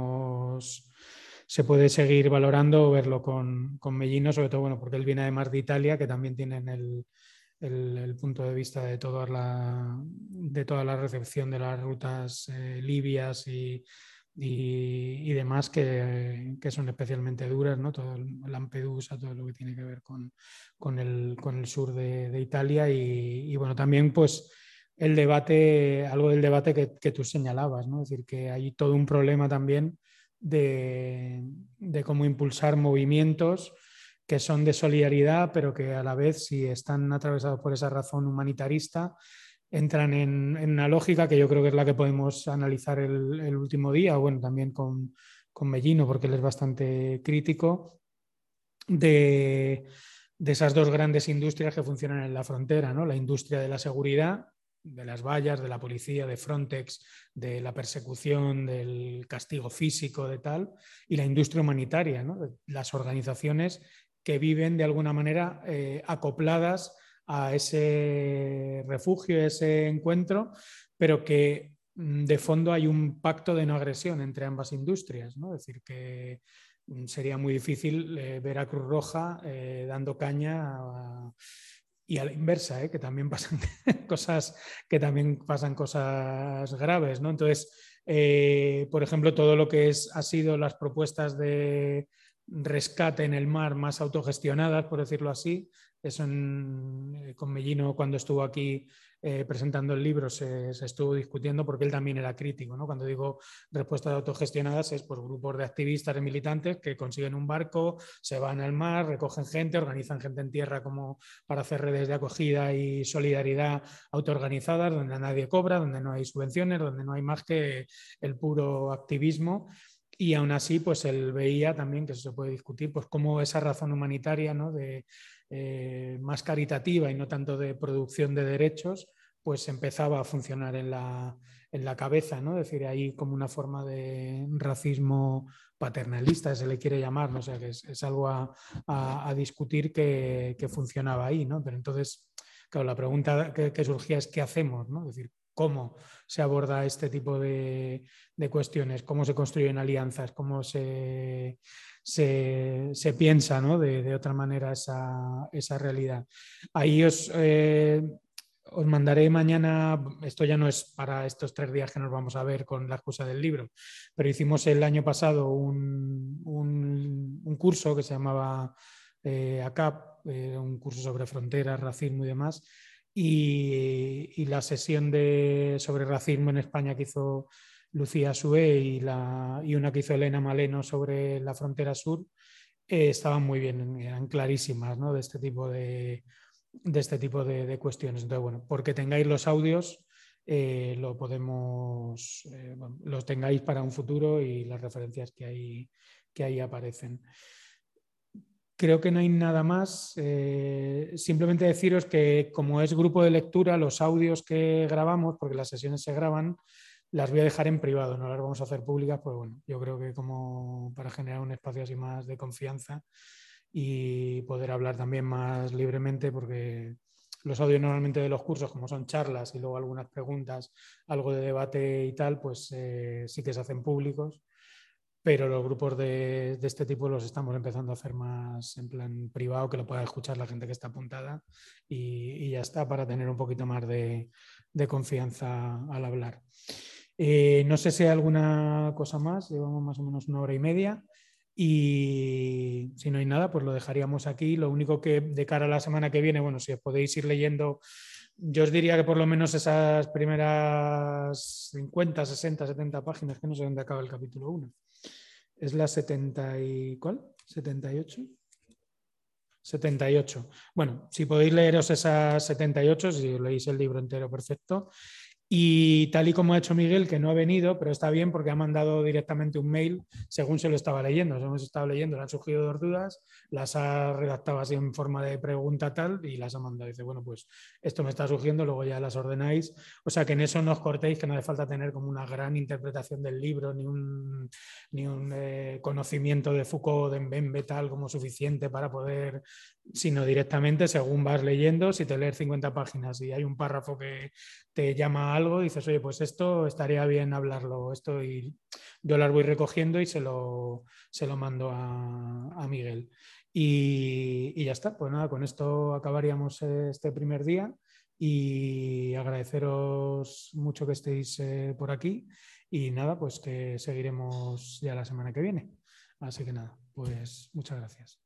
se puede seguir valorando o verlo con Mellino, sobre todo, bueno, porque él viene además de Italia, que también tienen el punto de vista de toda la recepción de las rutas libias y demás que son especialmente duras, ¿no? Todo el Lampedusa, todo lo que tiene que ver con el sur de Italia y bueno, también pues algo del debate que tú señalabas, ¿no? Es decir, que hay todo un problema también de cómo impulsar movimientos que son de solidaridad, pero que a la vez, si están atravesados por esa razón humanitarista, entran en una lógica que yo creo que es la que podemos analizar el último día, o bueno, también con Mellino, porque él es bastante crítico de esas dos grandes industrias que funcionan en la frontera, ¿no? La industria de la seguridad, de las vallas, de la policía, de Frontex, de la persecución, del castigo físico, de tal, y la industria humanitaria, ¿no? De las organizaciones que viven de alguna manera acopladas a ese refugio, a ese encuentro, pero que de fondo hay un pacto de no agresión entre ambas industrias, ¿no? Es decir, que sería muy difícil ver a Cruz Roja dando caña y a la inversa, que también pasan cosas graves, ¿no? Entonces, por ejemplo, todo lo que ha sido las propuestas de rescate en el mar más autogestionadas, por decirlo así. Eso con Mellino, cuando estuvo aquí presentando el libro, se estuvo discutiendo porque él también era crítico, ¿no? Cuando digo respuestas autogestionadas es por grupos de activistas y militantes que consiguen un barco, se van al mar, recogen gente, organizan gente en tierra como para hacer redes de acogida y solidaridad autoorganizadas, donde nadie cobra, donde no hay subvenciones, donde no hay más que el puro activismo. Y aún así, pues él veía también, que eso se puede discutir, pues cómo esa razón humanitaria, ¿no? Más caritativa y no tanto de producción de derechos, pues empezaba a funcionar en la cabeza, ¿no? Es decir, ahí como una forma de racismo paternalista, se le quiere llamar, ¿no? O sea, que es algo a discutir que funcionaba ahí, ¿no? Pero entonces, claro, la pregunta que surgía es ¿qué hacemos, ¿no? Es decir, cómo se aborda este tipo de cuestiones, cómo se construyen alianzas, cómo se piensa, ¿no? de otra manera esa realidad. Ahí os mandaré mañana, esto ya no es para estos 3 días que nos vamos a ver con la excusa del libro, pero hicimos el año pasado un curso que se llamaba ACAP, un curso sobre fronteras, racismo y demás, y la sesión sobre racismo en España que hizo Lucía Sué y una que hizo Elena Maleno sobre la frontera sur, estaban muy bien, eran clarísimas, ¿no? de este tipo de cuestiones. Entonces, bueno, porque tengáis los audios, lo podemos, bueno, los tengáis para un futuro y las referencias que ahí aparecen. Creo que no hay nada más. Simplemente deciros que como es grupo de lectura, los audios que grabamos, porque las sesiones se graban, las voy a dejar en privado, no las vamos a hacer públicas, pues bueno, yo creo que como para generar un espacio así más de confianza y poder hablar también más libremente, porque los audios normalmente de los cursos, como son charlas y luego algunas preguntas, algo de debate y tal, pues sí que se hacen públicos, pero los grupos de este tipo los estamos empezando a hacer más en plan privado, que lo pueda escuchar la gente que está apuntada y ya está, para tener un poquito más de confianza al hablar. No sé si hay alguna cosa más, llevamos más o menos 1 hora y media y si no hay nada, pues lo dejaríamos aquí. Lo único que de cara a la semana que viene, bueno, si os podéis ir leyendo, yo os diría que por lo menos esas primeras 50, 60, 70 páginas, que no sé dónde acaba el capítulo 1. Es la 70 y... ¿cuál? ¿78? 78. Bueno, si podéis leeros esas 78, si leéis el libro entero, perfecto. Y tal y como ha hecho Miguel, que no ha venido, pero está bien porque ha mandado directamente un mail según se lo estaba leyendo. Hemos estado leyendo, le han surgido 2 dudas, las ha redactado así en forma de pregunta tal y las ha mandado. Dice, bueno, pues esto me está surgiendo, luego ya las ordenáis. O sea, que en eso no os cortéis, que no hace falta tener como una gran interpretación del libro, ni un conocimiento de Foucault, de Mbembe, tal, como suficiente para poder, sino directamente según vas leyendo, si te lees 50 páginas y hay un párrafo que te llama algo, dices, oye, pues esto estaría bien hablarlo, esto, y yo las voy recogiendo y se lo mando a Miguel. Y ya está, pues nada, con esto acabaríamos este primer día y agradeceros mucho que estéis por aquí y nada, pues que seguiremos ya la semana que viene. Así que nada, pues muchas gracias.